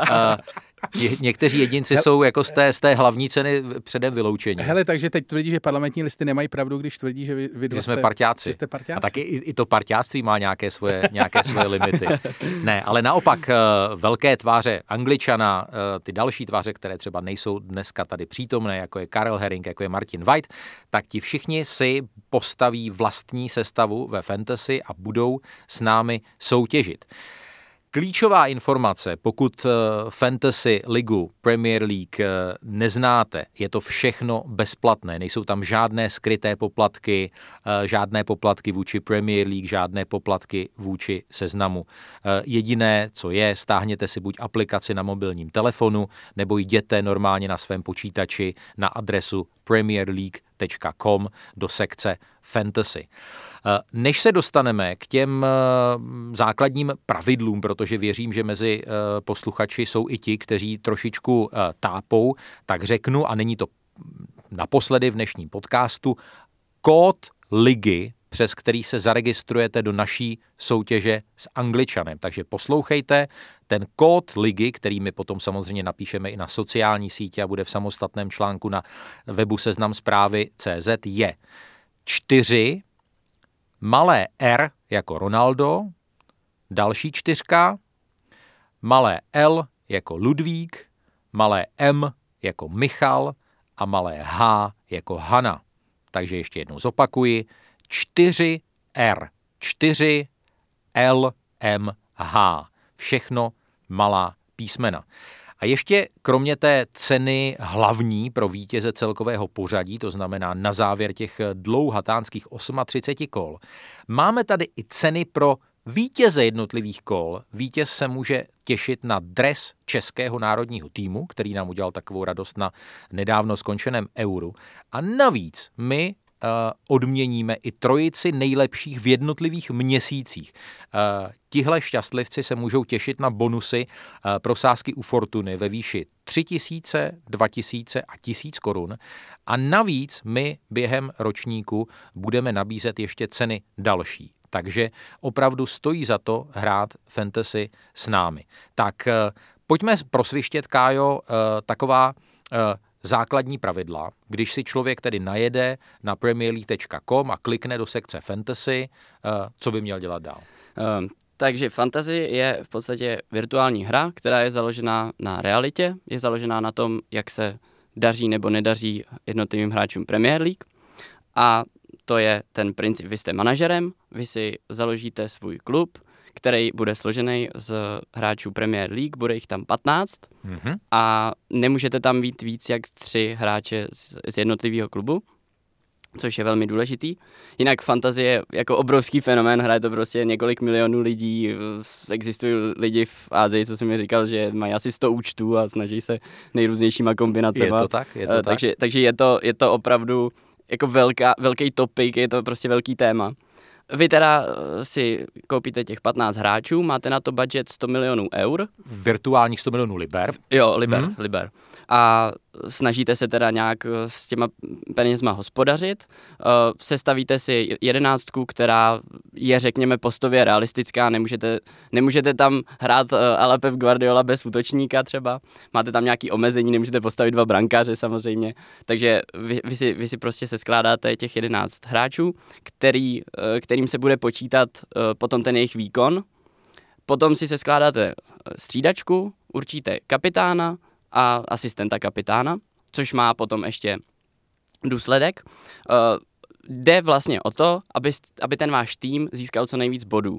uh, někteří jedinci jsou jako z té, z té hlavní ceny předem vyloučení. Hele, takže teď tvrdí, že parlamentní listy nemají pravdu, když tvrdí, že vy, vy že jsme parťáci. Jste parťáci. A taky i, i to parťáctví má nějaké svoje, nějaké svoje limity. Ne, ale naopak uh, velké tváře Angličana, uh, ty další tváře, které třeba nejsou dneska tady přítomné, jako je Karel Herring, jako je Martin White, tak ti všichni si postaví vlastní sestavu ve fantasy a budou s námi soutěžit. Klíčová informace, pokud Fantasy ligu Premier League neznáte, je to všechno bezplatné, nejsou tam žádné skryté poplatky, žádné poplatky vůči Premier League, žádné poplatky vůči Seznamu. Jediné, co je, stáhněte si buď aplikaci na mobilním telefonu, nebo jděte normálně na svém počítači na adresu premier league tečka com do sekce Fantasy. Než se dostaneme k těm základním pravidlům, protože věřím, že mezi posluchači jsou i ti, kteří trošičku tápou, tak řeknu, a není to naposledy v dnešním podcastu, kód ligy, přes který se zaregistrujete do naší soutěže s Angličanem. Takže poslouchejte, ten kód ligy, který my potom samozřejmě napíšeme i na sociální sítě a bude v samostatném článku na webu Seznam Zprávy tečka cé zet, je čtyři malé R jako Ronaldo, další čtyřka, malé L jako Ludvík, malé M jako Michal a malé H jako Hana. Takže ještě jednou zopakuji, čtyři R, čtyři L, M, H. Všechno malá písmena. A ještě kromě té ceny hlavní pro vítěze celkového pořadí, to znamená na závěr těch dlouhatánských třicet osm kol, máme tady i ceny pro vítěze jednotlivých kol. Vítěz se může těšit na dres českého národního týmu, který nám udělal takovou radost na nedávno skončeném Euru. A navíc my uh, odměníme i trojici nejlepších v jednotlivých měsících. Uh, tihle šťastlivci se můžou těšit na bonusy uh, pro sázky u Fortuny ve výši tři tisíce, dva tisíce a tisíc korun. A navíc my během ročníku budeme nabízet ještě ceny další. Takže opravdu stojí za to hrát fantasy s námi. Tak uh, pojďme prosvištět, Kájo, uh, taková uh, základní pravidla. Když si člověk tedy najede na premier league tečka com a klikne do sekce fantasy, uh, co by měl dělat dál? Um. Takže fantasy je v podstatě virtuální hra, která je založená na realitě, je založená na tom, jak se daří nebo nedaří jednotlivým hráčům Premier League. A to je ten princip, vy jste manažerem, vy si založíte svůj klub, který bude složený z hráčů Premier League, bude jich tam patnáct mm-hmm. a nemůžete tam být víc jak tři hráče z, z jednotlivého klubu, což je velmi důležitý. Jinak fantazie je jako obrovský fenomén, hraje to prostě několik milionů lidí, existují lidi v Asii, co jsem mi říkal, že mají asi sto účtů a snaží se nejrůznějšíma kombinacemi. Je to tak? Je to takže, tak? Takže je to, je to opravdu jako velká, velký topik, je to prostě velký téma. Vy teda si koupíte těch patnáct hráčů, máte na to budget sto milionů eur. Virtuálních sto milionů liber. Jo, liber, hmm. liber. A snažíte se teda nějak s těma penězma hospodařit. Sestavíte si jedenáctku, která je, řekněme, postově realistická. Nemůžete, nemůžete tam hrát ale Pep Guardiola bez útočníka třeba. Máte tam nějaké omezení, nemůžete postavit dva brankáře samozřejmě. Takže vy, vy, si, vy si prostě seskládáte těch jedenáct hráčů, který, kterým se bude počítat potom ten jejich výkon. Potom si seskládáte střídačku, určíte kapitána a asistenta kapitána, což má potom ještě důsledek. Uh, jde vlastně o to, aby, aby ten váš tým získal co nejvíc bodů. Uh,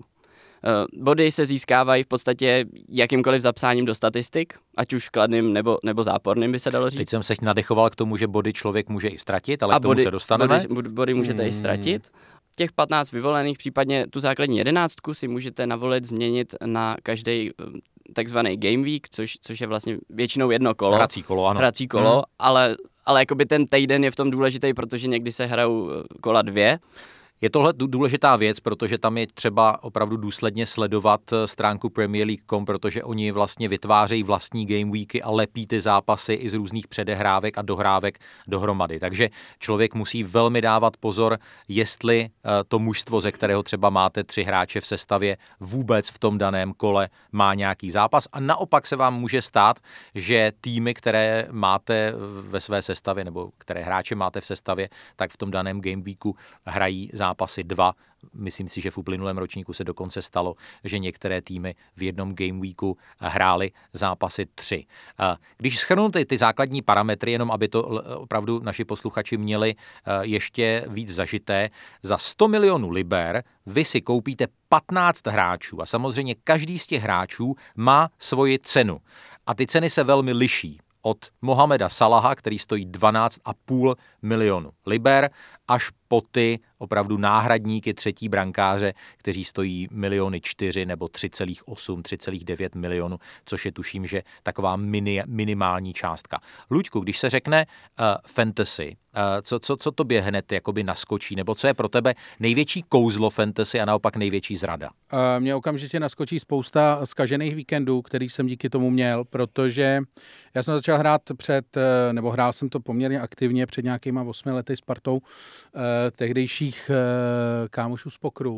body se získávají v podstatě jakýmkoliv zapsáním do statistik, ať už kladným nebo, nebo záporným by se dalo říct. Teď jsem se nadechoval k tomu, že body člověk může i ztratit, ale a k tomu body, se dostaneme. Body, body můžete hmm. i ztratit. těch patnáct vyvolených, případně tu základní jedenáctku si můžete navolit změnit na každý takzvaný game week, což, což je vlastně většinou jedno kolo. Hrací kolo, ano. Hrací kolo, hmm. ale, ale jakoby ten týden je v tom důležitý, protože někdy se hrajou kola dvě. Je tohle důležitá věc, protože tam je třeba opravdu důsledně sledovat stránku Premier League tečka com, protože oni vlastně vytvářejí vlastní game weeky a lepí ty zápasy i z různých předehrávek a dohrávek dohromady. Takže člověk musí velmi dávat pozor, jestli to mužstvo, ze kterého třeba máte tři hráče v sestavě, vůbec v tom daném kole má nějaký zápas. A naopak se vám může stát, že týmy, které máte ve své sestavě nebo které hráče máte v sestavě, tak v tom daném game weeku hrají zápasy dva. Myslím si, že v uplynulém ročníku se dokonce stalo, že některé týmy v jednom game weeku hrály zápasy tři. Když shrnu ty, ty základní parametry, jenom aby to opravdu naši posluchači měli ještě víc zažité, za sto milionů liber vy si koupíte patnáct hráčů a samozřejmě každý z těch hráčů má svoji cenu. A ty ceny se velmi liší. Od Mohameda Salaha, který stojí dvanáct a půl milionu liber, až po ty opravdu náhradníky třetí brankáře, kteří stojí miliony čtyři nebo tři celá osm, tři celá devět milionu, což je tuším, že taková mini, minimální částka. Luďku, když se řekne uh, fantasy, uh, co, co, co tobě hned jakoby naskočí, nebo co je pro tebe největší kouzlo fantasy a naopak největší zrada? Uh, mně okamžitě naskočí spousta zkažených víkendů, který jsem díky tomu měl, protože já jsem začal hrát před, nebo hrál jsem to poměrně aktivně před nějakýma osmi lety s partou uh, tehdejších uh, kámošů z pokru.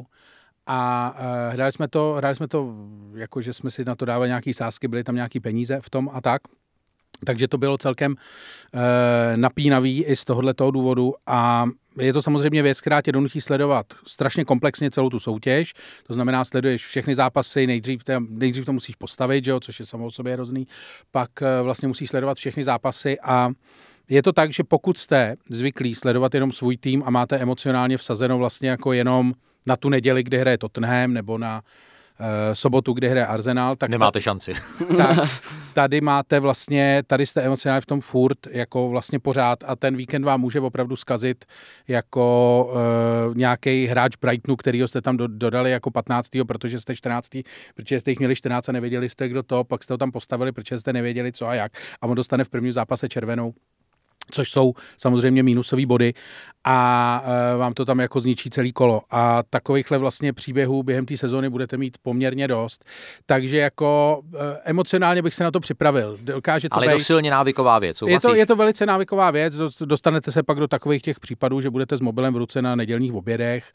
A uh, hráli jsme to, hráli jsme to, jako že jsme si na to dávali nějaký sázky, byly tam nějaký peníze v tom a tak. Takže to bylo celkem uh, napínavý i z tohoto důvodu a je to samozřejmě věc, která tě donutí sledovat strašně komplexně celou tu soutěž, to znamená, sleduješ všechny zápasy, nejdřív, te, nejdřív to musíš postavit, že jo, což je samo o sobě hrozný, pak uh, vlastně musíš sledovat všechny zápasy a je to tak, že pokud jste zvyklí sledovat jenom svůj tým a máte emocionálně vsazeno vlastně jako jenom na tu neděli, kdy hraje Tottenham, nebo na uh, sobotu, kdy hraje Arsenal, tak nemáte šanci. Tak tady máte vlastně, tady jste emocionálně v tom furt jako vlastně pořád a ten víkend vám může opravdu zkazit jako uh, nějaký hráč Brightonu, kterýho jste tam do, dodali jako patnáctého protože jste čtrnáctého protože jste jich měli čtrnáct a nevěděli jste, kdo to, pak jste ho tam postavili, protože jste nevěděli co a jak a on dostane v prvním zápase červenou, což jsou samozřejmě mínusové body a e, vám to tam jako zničí celý kolo. A takovýchhle vlastně příběhů během té sezóny budete mít poměrně dost. Takže jako e, emocionálně bych se na to připravil. Dokáže to Ale je to silně návyková věc. Je to, je to velice návyková věc. Dostanete se pak do takových těch případů, že budete s mobilem v ruce na nedělních obědech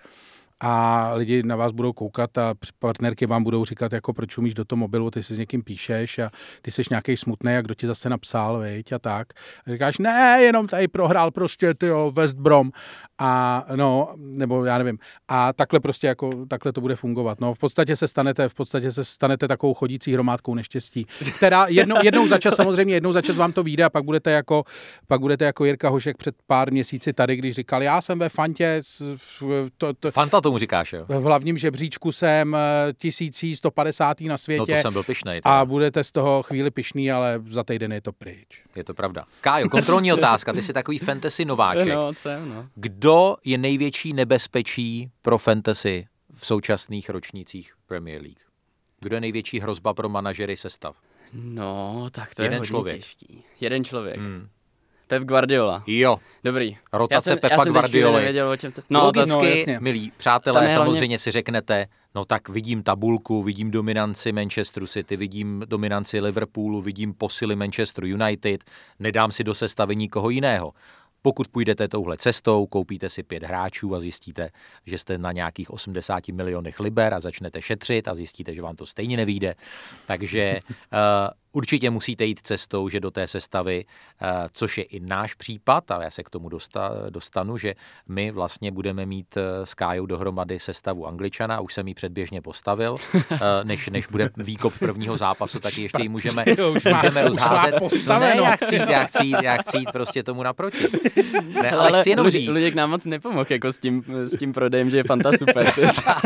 a lidi na vás budou koukat a partnerky vám budou říkat, jako proč umíš do toho mobilu, ty si s někým píšeš a ty seš nějaký smutný, jak kdo ti zase napsal, viď, a tak. A říkáš, ne, jenom tady prohrál prostě, tyjo, West Brom. A no, nebo já nevím. A takhle prostě jako, takhle to bude fungovat. No, v podstatě se stanete, v podstatě se stanete takovou chodící hromádkou neštěstí, která jednou, jednou za čas, samozřejmě jednou za čas vám to vyjde a pak budete jako, pak budete jako Jirka Hošek před pár měsíci tady, když říkal, já jsem ve Fantě, to, to, Fanta tomu říkáš, jo? V hlavním žebříčku jsem tisíc sto padesátý na světě. No to jsem byl pyšnej. A budete z toho chvíli pyšný, ale za týden je to pryč. Je to pravda. Kájo, kontrolní otázka, ty jsi takový fantasy nováček. No, jsem, no. Kdo je největší nebezpečí pro fantasy v současných ročnících Premier League? Kdo je největší hrozba pro manažery sestav? No, tak to Jeden je hodně člověk. těžký. Jeden člověk. Hmm. Pep Guardiola. Jo. Dobrý. Rotace já jsem, Pepa já jsem Guardioly. Nevěděl, o čem jste... No, Logicky, no, milí přátelé, hlavně... samozřejmě si řeknete, no tak vidím tabulku, vidím dominanci Manchesteru City, vidím dominanci Liverpoolu, vidím posily Manchester United, nedám si do sestavy nikoho jiného. Pokud půjdete touhle cestou, koupíte si pět hráčů a zjistíte, že jste na nějakých osmdesáti milionech liber a začnete šetřit a zjistíte, že vám to stejně nevyjde. Takže uh, určitě musíte jít cestou, že do té sestavy, uh, což je i náš případ, a já se k tomu dosta, dostanu, že my vlastně budeme mít uh, s Kájou dohromady sestavu Angličana, už jsem ji předběžně postavil, uh, než, než bude výkop prvního zápasu, tak ještě ji můžeme, můžeme rozházet. No ne, já chci jít, já chci jít, já chci jít prostě tomu naproti. Ne, ale, ale chci jenom říct. Luděk nám moc nepomohl jako s tím, s tím prodejem, že je Fanta super.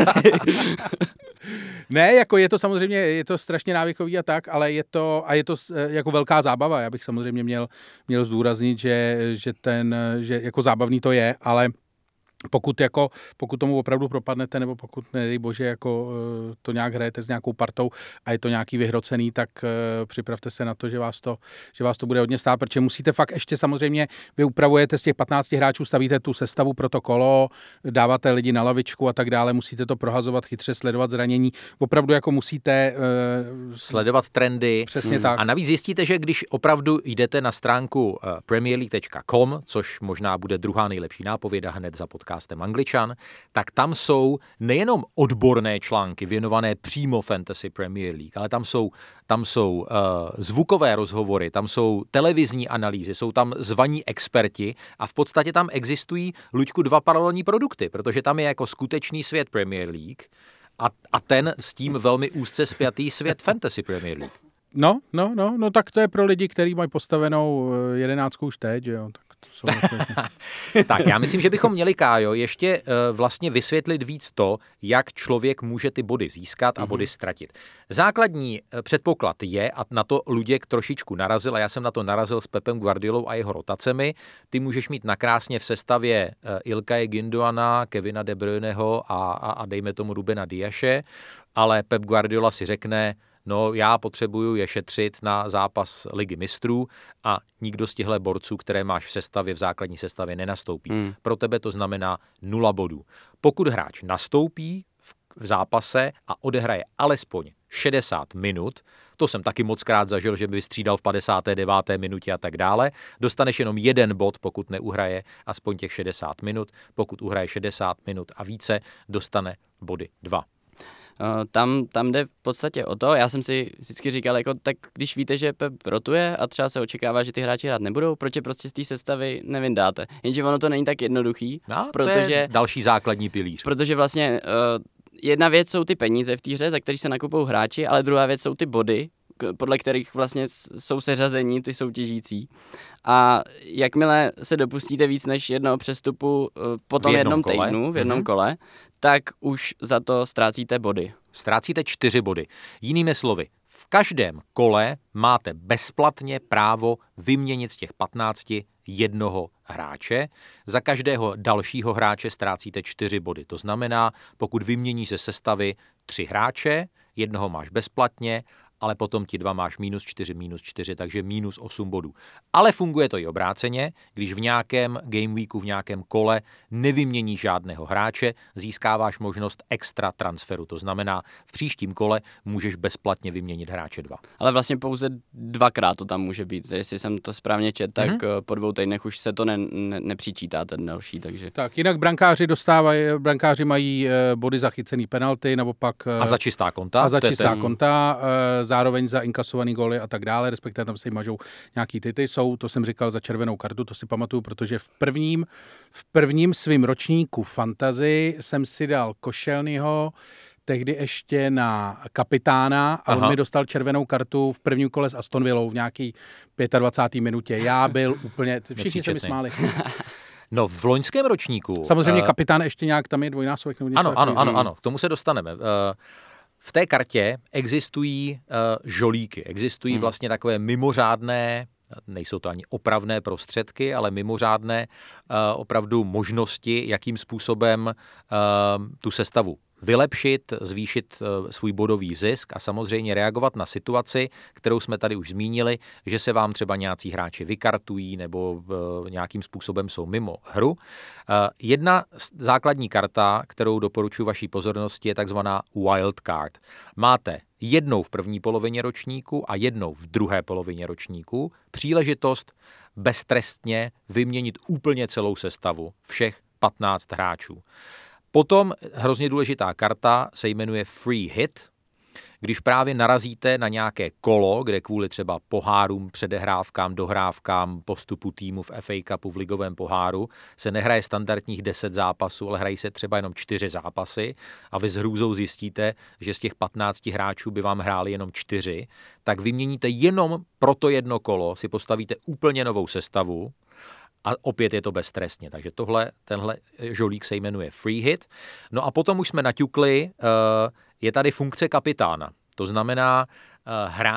Ne, jako je to samozřejmě, je to strašně návykový a tak, ale je to, a je to jako velká zábava. Já bych samozřejmě měl, měl zdůraznit, že, že ten, že jako zábavný to je, ale Pokud, jako, pokud tomu opravdu propadnete, nebo pokud, nedej bože, jako to nějak hrajete s nějakou partou a je to nějaký vyhrocený, tak připravte se na to, že vás to, že vás to bude hodně stát, protože musíte fakt ještě samozřejmě, vy upravujete z těch patnácti hráčů, stavíte tu sestavu pro to kolo, dáváte lidi na lavičku a tak dále, musíte to prohazovat chytře, sledovat zranění. Opravdu jako musíte uh, sledovat trendy. Přesně hmm. tak. A navíc zjistíte, že když opravdu jdete na stránku premier league tečka com, což možná bude druhá nejlepší nápověda hned za podcastem Angličan, tak tam jsou nejenom odborné články věnované přímo Fantasy Premier League, ale tam jsou, tam jsou uh, zvukové rozhovory, tam jsou televizní analýzy, jsou tam zvaní experti a v podstatě tam existují, Luďku, dva paralelní produkty, protože tam je jako skutečný svět Premier League a, a ten s tím velmi úzce spjatý svět Fantasy Premier League. No, no, no, no tak to je pro lidi, kteří mají postavenou jedenáctku už teď, jo, tak to jsou Tak já myslím, že bychom měli, Kájo, ještě uh, vlastně vysvětlit víc to, jak člověk může ty body získat a mm-hmm. body ztratit. Základní uh, předpoklad je, a na to Luděk trošičku narazil, a já jsem na to narazil s Pepem Guardiolou a jeho rotacemi, ty můžeš mít nakrásně v sestavě uh, Ilkaje Gündoğana, Kevina De Bruyneho a, a, a dejme tomu Rubena Diashe, ale Pep Guardiola si řekne, no já potřebuju je šetřit na zápas Ligy mistrů a nikdo z těchto borců, které máš v sestavě, v základní sestavě, nenastoupí. Hmm. Pro tebe to znamená nula bodů. Pokud hráč nastoupí v, v zápase a odehraje alespoň šedesát minut, to jsem taky moc krát zažil, že by vystřídal v padesáté deváté minutě a tak dále, dostaneš jenom jeden bod, pokud neuhraje aspoň těch šedesát minut, pokud uhraje šedesát minut a více, dostane body dva. Tam, tam jde v podstatě o to, já jsem si vždycky říkal, jako, tak když víte, že Pep rotuje a třeba se očekává, že ty hráči hrát nebudou, proč je prostě z té sestavy nevyndáte. Jenže ono to není tak jednoduchý, no, protože... To je další základní pilíř. Protože vlastně uh, jedna věc jsou ty peníze v té hře, za který se nakupují hráči, ale druhá věc jsou ty body, podle kterých vlastně jsou seřazení ty soutěžící. A jakmile se dopustíte víc než jednoho přestupu po tom jednom kole. týdnu, v jednom mm-hmm. kole, tak už za to ztrácíte body. Ztrácíte čtyři body. Jinými slovy, v každém kole máte bezplatně právo vyměnit z těch patnácti jednoho hráče. Za každého dalšího hráče ztrácíte čtyři body. To znamená, pokud vyměníš ze sestavy tři hráče, jednoho máš bezplatně, ale potom ti dva máš minus čtyři, minus čtyři, takže minus osm bodů. Ale funguje to i obráceně, když v nějakém game weeku, v nějakém kole nevyměníš žádného hráče, získáváš možnost extra transferu. To znamená, v příštím kole můžeš bezplatně vyměnit hráče dva. Ale vlastně pouze dvakrát to tam může být. Jestli jsem to správně četl, tak mm-hmm. po dvou týdnech už se to ne, ne, nepřičítá ten další. Takže... Tak, jinak brankáři dostávají, brankáři mají body za chycený penalty, nebo pak... A za čistá konta. A za čistá ten... konta. Zároveň za inkasovaný góly a tak dále, respektive tam se jim mažou nějaký tity, jsou, to jsem říkal, za červenou kartu, to si pamatuju, protože v prvním, v prvním svým ročníku fantasy jsem si dal Košelnyho, tehdy ještě na kapitána a Aha. on mi dostal červenou kartu v prvním kole s Aston Villou v nějaký dvacáté páté minutě. Já byl úplně, všichni se mi smáli. No v loňském ročníku... Samozřejmě uh, kapitán ještě nějak tam je dvojnásobek. Nebo ano, ano, ano, ano, k tomu se dostaneme. Uh, V té kartě existují uh, žolíky, existují hmm. vlastně takové mimořádné, nejsou to ani opravné prostředky, ale mimořádné uh, opravdu možnosti, jakým způsobem uh, tu sestavu vylepšit, zvýšit uh, svůj bodový zisk a samozřejmě reagovat na situaci, kterou jsme tady už zmínili, že se vám třeba nějací hráči vykartují nebo uh, nějakým způsobem jsou mimo hru. Uh, jedna základní karta, kterou doporučuji vaší pozornosti, je takzvaná wild card. Máte jednou v první polovině ročníku a jednou v druhé polovině ročníku příležitost beztrestně vyměnit úplně celou sestavu všech patnáct hráčů. Potom hrozně důležitá karta se jmenuje free hit. Když právě narazíte na nějaké kolo, kde kvůli třeba pohárům, předehrávkám, dohrávkám, postupu týmu v F A Cupu, v ligovém poháru, se nehraje standardních deset zápasů, ale hrají se třeba jenom čtyři zápasy a vy s hrůzou zjistíte, že z těch patnácti hráčů by vám hráli jenom čtyři, tak vyměníte jenom pro to jedno kolo, si postavíte úplně novou sestavu, a opět je to beztrestně, takže tohle, tenhle žolík se jmenuje free hit. No a potom už jsme naťukli, je tady funkce kapitána. To znamená, hráč,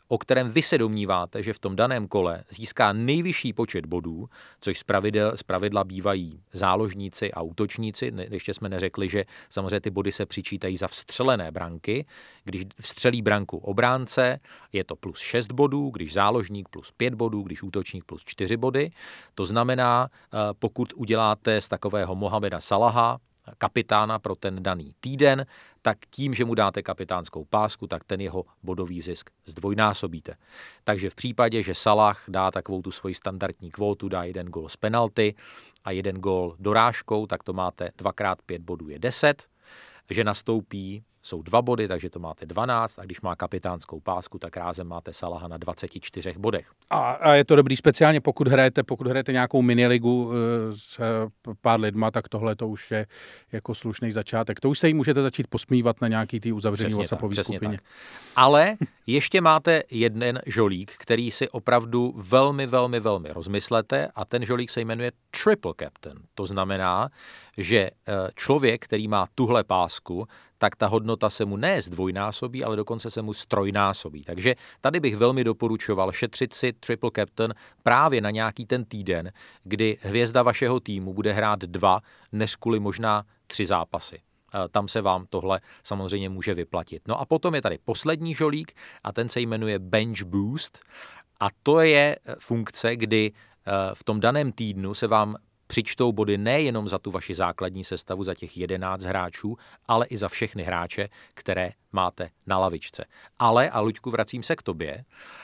o kterém vy se domníváte, že v tom daném kole získá nejvyšší počet bodů, což zpravidla, zpravidla bývají záložníci a útočníci. Ještě jsme neřekli, že samozřejmě ty body se přičítají za vstřelené branky. Když vstřelí branku obránce, je to plus šest bodů, když záložník plus pět bodů, když útočník plus čtyři body. To znamená, pokud uděláte z takového Mohameda Salaha kapitána pro ten daný týden, tak tím, že mu dáte kapitánskou pásku, tak ten jeho bodový zisk zdvojnásobíte. Takže v případě, že Salah dá takovou tu svoji standardní kvótu, dá jeden gól z penalty a jeden gól dorážkou, tak to máte dvakrát pět bodů je deset, že nastoupí jsou dva body, takže to máte dvanáct a když má kapitánskou pásku, tak rázem máte Salaha na dvacet čtyři bodech. A, a je to dobrý speciálně, pokud hrajete, pokud hrajete nějakou miniligu s pár lidma, tak tohle to už je jako slušný začátek. To už se jí můžete začít posmívat na nějaký tý uzavřený WhatsAppový skupině. Tak. Ale ještě máte jeden žolík, který si opravdu velmi, velmi, velmi rozmyslete a ten žolík se jmenuje Triple Captain. To znamená, že člověk, který má tuhle pásku, tak ta hodnota se mu ne zdvojnásobí, ale dokonce se mu strojnásobí. Takže tady bych velmi doporučoval šetřit si Triple Captain právě na nějaký ten týden, kdy hvězda vašeho týmu bude hrát dva, než kvůli možná tři zápasy. Tam se vám tohle samozřejmě může vyplatit. No a potom je tady poslední žolík a ten se jmenuje Bench Boost a to je funkce, kdy v tom daném týdnu se vám přičtou body nejenom za tu vaši základní sestavu, za těch jedenáct hráčů, ale i za všechny hráče, které máte na lavičce. Ale, a Luďku, vracím se k tobě,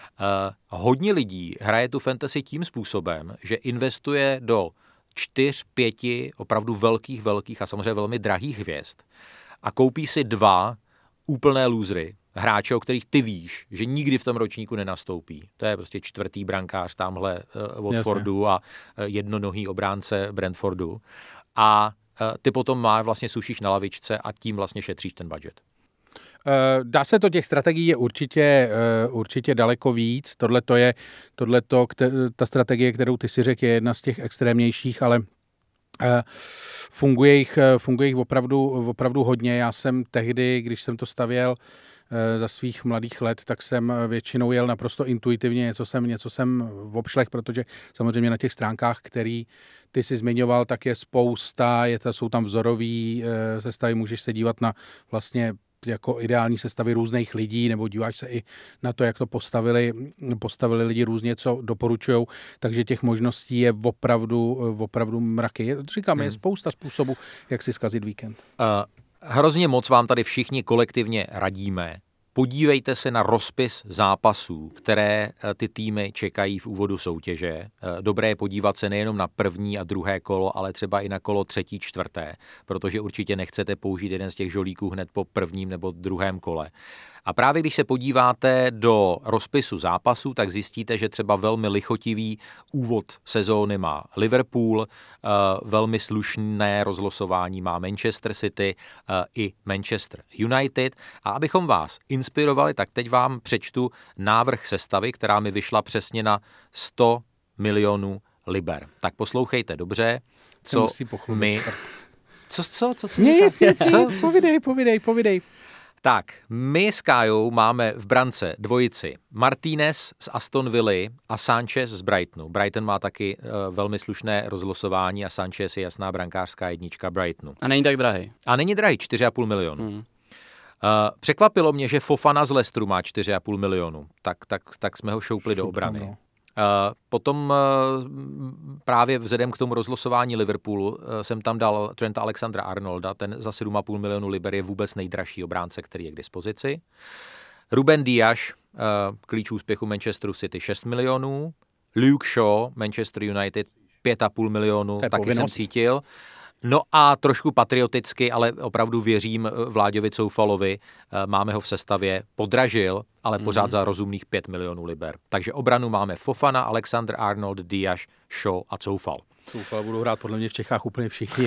uh, hodně lidí hraje tu fantasy tím způsobem, že investuje do čtyř, pěti opravdu velkých, velkých a samozřejmě velmi drahých hvězd a koupí si dva úplné lůzry, hráče, o kterých ty víš, že nikdy v tom ročníku nenastoupí. To je prostě čtvrtý brankář tamhle uh, Watfordu a uh, jednonohý obránce Brentfordu. A uh, ty potom máš vlastně sušíš na lavičce a tím vlastně šetříš ten budget. Dá se to, těch strategií je určitě, určitě daleko víc. Tohle to je, tohleto, ta strategie, kterou ty si řekl, je jedna z těch extrémnějších, ale funguje jich, funguje jich opravdu, opravdu hodně. Já jsem tehdy, když jsem to stavěl za svých mladých let, tak jsem většinou jel naprosto intuitivně, něco jsem, něco jsem obšlech, protože samozřejmě na těch stránkách, který ty jsi zmiňoval, tak je spousta, je to, jsou tam vzorový sestavy, můžeš se dívat na vlastně jako ideální sestavy různých lidí, nebo díváš se i na to, jak to postavili, postavili lidi různě, co doporučujou, takže těch možností je opravdu, opravdu mraky. Říkám, hmm. je spousta způsobů, jak si zkazit víkend. Uh, hrozně moc vám tady všichni kolektivně radíme. Podívejte se na rozpis zápasů, které ty týmy čekají v úvodu soutěže. Dobré je podívat se nejenom na první a druhé kolo, ale třeba i na kolo třetí, čtvrté, protože určitě nechcete použít jeden z těch žolíků hned po prvním nebo druhém kole. A právě když se podíváte do rozpisu zápasů, tak zjistíte, že třeba velmi lichotivý úvod sezóny má Liverpool, velmi slušné rozlosování má Manchester City i Manchester United. A abychom vás inspirovali, tak teď vám přečtu návrh sestavy, která mi vyšla přesně na sto milionů liber. Tak poslouchejte dobře, co my... Co, co, co, co? Ne, jasně, co, co? Povidej, povidej, povidej. Tak, my s Kájou máme v brance dvojici Martínez z Aston Villy a Sanchez z Brightonu. Brighton má taky uh, velmi slušné rozlosování a Sanchez je jasná brankářská jednička Brightonu. A není tak drahý. A není drahý, čtyři a půl milionu. Hmm. Uh, překvapilo mě, že Fofana z Leicesteru má čtyři a půl milionu. Tak, tak, tak jsme ho šoupli do obrany. No. Uh, potom uh, právě vzhledem k tomu rozlosování Liverpoolu uh, jsem tam dal Trenta Alexandra-Arnolda, ten za sedm a půl milionu liber je vůbec nejdražší obránce, který je k dispozici. Ruben Dias, uh, klíč úspěchu Manchesteru City, šest milionů. Luke Shaw, Manchester United, pět a půl milionu, taky povinnost. Jsem cítil. No a trošku patrioticky, ale opravdu věřím Vláďovi Coufalovi, máme ho v sestavě, podražil, ale mm. pořád za rozumných pět milionů liber. Takže obranu máme Fofana, Alexander Arnold, Dias, Shaw a Coufal. Coufal budou hrát podle mě v Čechách úplně všichni.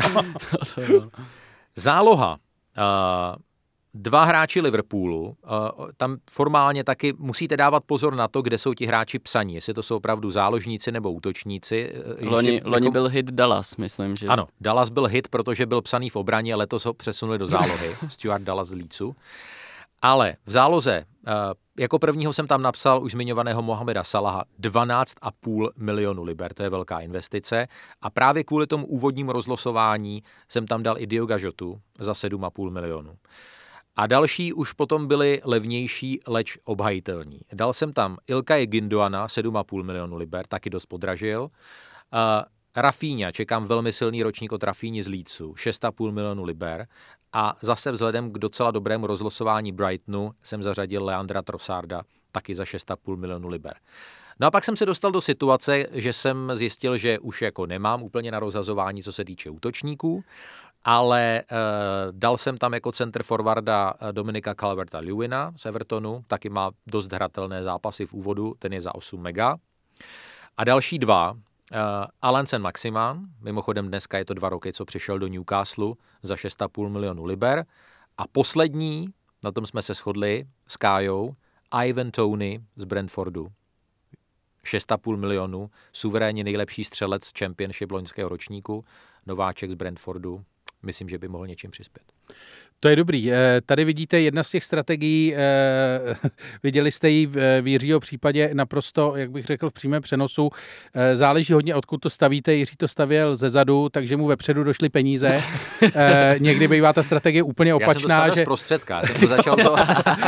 Záloha. Uh, Dva hráči Liverpoolu, tam formálně taky musíte dávat pozor na to, kde jsou ti hráči psaní, jestli to jsou opravdu záložníci nebo útočníci. Loni, bychom... loni byl hit Dallas, myslím. Že... Ano, Dallas byl hit, protože byl psaný v obraně, letos ho přesunuli do zálohy. Stuart Dallas z Leedsu. Ale v záloze, jako prvního jsem tam napsal už zmiňovaného Mohameda Salaha, dvanáct a půl milionu liber, to je velká investice. A právě kvůli tomu úvodnímu rozlosování jsem tam dal i Dioga Jotu za sedm a půl milionu. A další už potom byly levnější, leč obhajitelní. Dal jsem tam Ilkaje Gündoğana, sedm a půl milionu liber, taky dost podražil. Uh, Rafinha, čekám velmi silný ročník od Rafinhy z Leedsu, šest a půl milionu liber. A zase vzhledem k docela dobrému rozlosování Brightonu jsem zařadil Leandra Trossarda, taky za šest a půl milionu liber. No a pak jsem se dostal do situace, že jsem zjistil, že už jako nemám úplně na rozhazování, co se týče útočníků, ale e, dal jsem tam jako center forwarda Dominika Calverta-Lewina z Evertonu, taky má dost hratelné zápasy v úvodu, ten je za osm mega. A další dva, e, Alan Saint-Maximin, mimochodem dneska je to dva roky, co přišel do Newcastle za šest a půl milionu liber. A poslední, na tom jsme se shodli s Kájou, Ivan Toney z Brentfordu. šest a půl milionu, suverénně nejlepší střelec Championship loňského ročníku, nováček z Brentfordu. Myslím, že by mohl něčím přispět. To je dobrý. Tady vidíte jedna z těch strategií, viděli jste ji v Jiřího případě naprosto, jak bych řekl, v přímém přenosu. Záleží hodně, odkud to stavíte. Jiří to stavěl ze zadu, takže mu vepředu došly peníze. Někdy bývá ta strategie úplně opačná. Já jsem to že... z prostředka, jsem to začal to...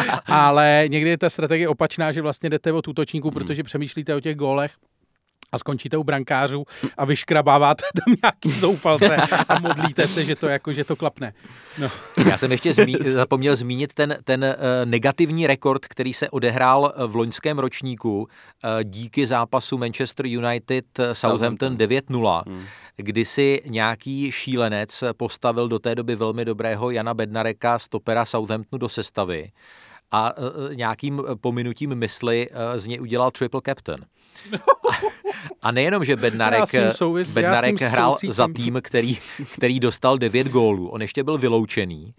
Ale někdy je ta strategie opačná, že vlastně jdete od útočníků, hmm. protože přemýšlíte o těch gólech a skončíte u brankářů a vyškrabáváte tam nějaký zoufalce a modlíte se, že to, jako, že to klapne. No. Já jsem ještě zmí, zapomněl zmínit ten, ten uh, negativní rekord, který se odehrál v loňském ročníku uh, díky zápasu Manchester United Southampton devět nula, hmm. kdy si nějaký šílenec postavil do té doby velmi dobrého Jana Bednareka, stopera Southamptonu, do sestavy a uh, nějakým pominutím mysli uh, z něj udělal triple captain. A nejenom, že Bednarek, souvis, Bednarek hrál soucítím. za tým, který, který dostal devět gólů. On ještě byl vyloučený.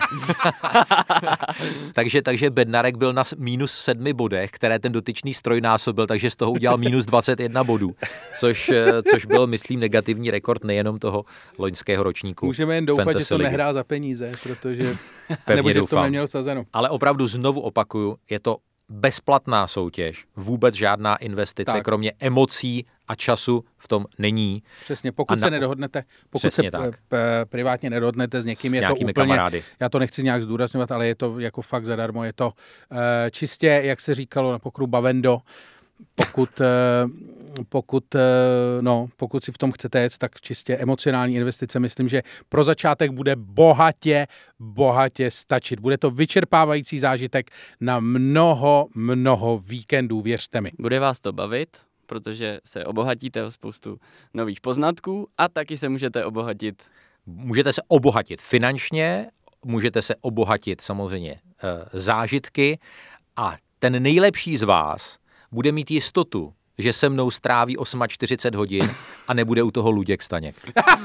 takže, takže Bednarek byl na minus sedmi bodech, které ten dotyčný stroj násobil, takže z toho udělal minus dvacet jedna bodů. Což, což byl, myslím, negativní rekord nejenom toho loňského ročníku. Můžeme jen doufat, že to ligy. nehrál za peníze, protože nebo že v tom neměl sazeno. Ale opravdu znovu opakuju, je to bezplatná soutěž, vůbec žádná investice, tak. Kromě emocí a času v tom není. Přesně, pokud na... se nedohodnete, pokud se p- p- privátně nedohodnete s někým, s je to úplně, kamarády. Já to nechci nějak zdůrazňovat, ale je to jako fakt zadarmo, je to uh, čistě, jak se říkalo na pokru Bavendo, pokud, pokud, no, pokud si v tom chcete jet, tak čistě emocionální investice, myslím, že pro začátek bude bohatě, bohatě stačit. Bude to vyčerpávající zážitek na mnoho, mnoho víkendů, věřte mi. Bude vás to bavit, protože se obohatíte o spoustu nových poznatků a taky se můžete obohatit. Můžete se obohatit finančně, můžete se obohatit samozřejmě zážitky a ten nejlepší z vás bude mít jistotu, že se mnou stráví čtyřicet osm hodin a nebude u toho Luděk Staněk.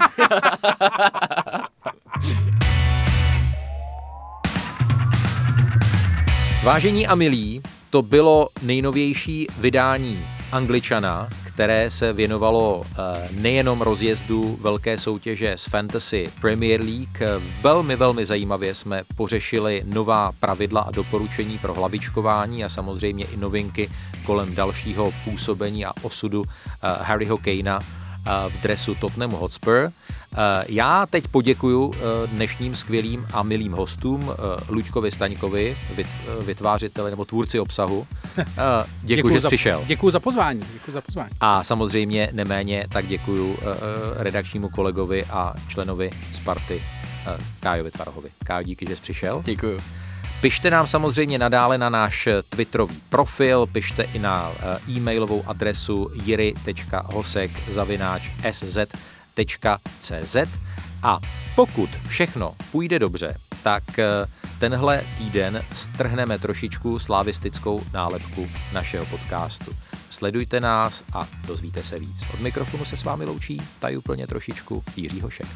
Vážení a milí, to bylo nejnovější vydání Angličana, které se věnovalo nejenom rozjezdu velké soutěže z Fantasy Premier League. Velmi, velmi zajímavě jsme pořešili nová pravidla a doporučení pro hlavičkování a samozřejmě i novinky kolem dalšího působení a osudu Harryho Kanea v dresu Tottenhamu Hotspur. Já teď poděkuju dnešním skvělým a milým hostům, Luďkovi Staňkovi, vytvářiteli nebo tvůrci obsahu. Děkuju, že jsi přišel. Děkuju za pozvání. Děkuju za pozvání. A samozřejmě neméně tak děkuju redakčnímu kolegovi a členovi Sparty Kájovi Tvarohovi. Kájo, díky, že jsi přišel. Děkuju. Pište nám samozřejmě nadále na náš twitterový profil, pište i na e-mailovou adresu jiry tečka hosek zavináč s z tečka c z a pokud všechno půjde dobře, tak tenhle týden strhneme trošičku slavistickou nálepku našeho podcastu. Sledujte nás a dozvíte se víc. Od mikrofonu se s vámi loučí tady úplně trošičku Jiří Hošek.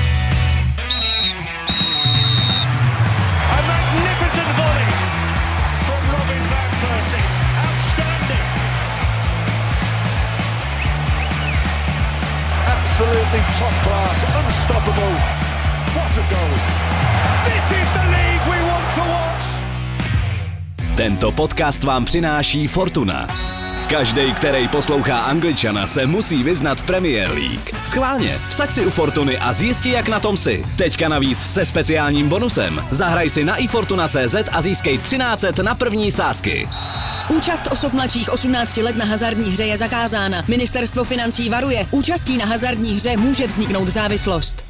Magnificent volley from Robin van Persie. Outstanding. Absolutely top class, unstoppable. What a goal. This is the league we want to watch. Tento podcast vám přináší Fortuna. Každej, který poslouchá Angličana, se musí vyznat v Premier League. Schválně, vsaď si u Fortuny a zjisti, jak na tom si. Teďka navíc se speciálním bonusem. Zahraj si na i fortuna tečka cé zet a získej třináct set na první sázky. Účast osob mladších osmnácti let na hazardní hře je zakázána. Ministerstvo financí varuje. Účastí na hazardní hře může vzniknout závislost.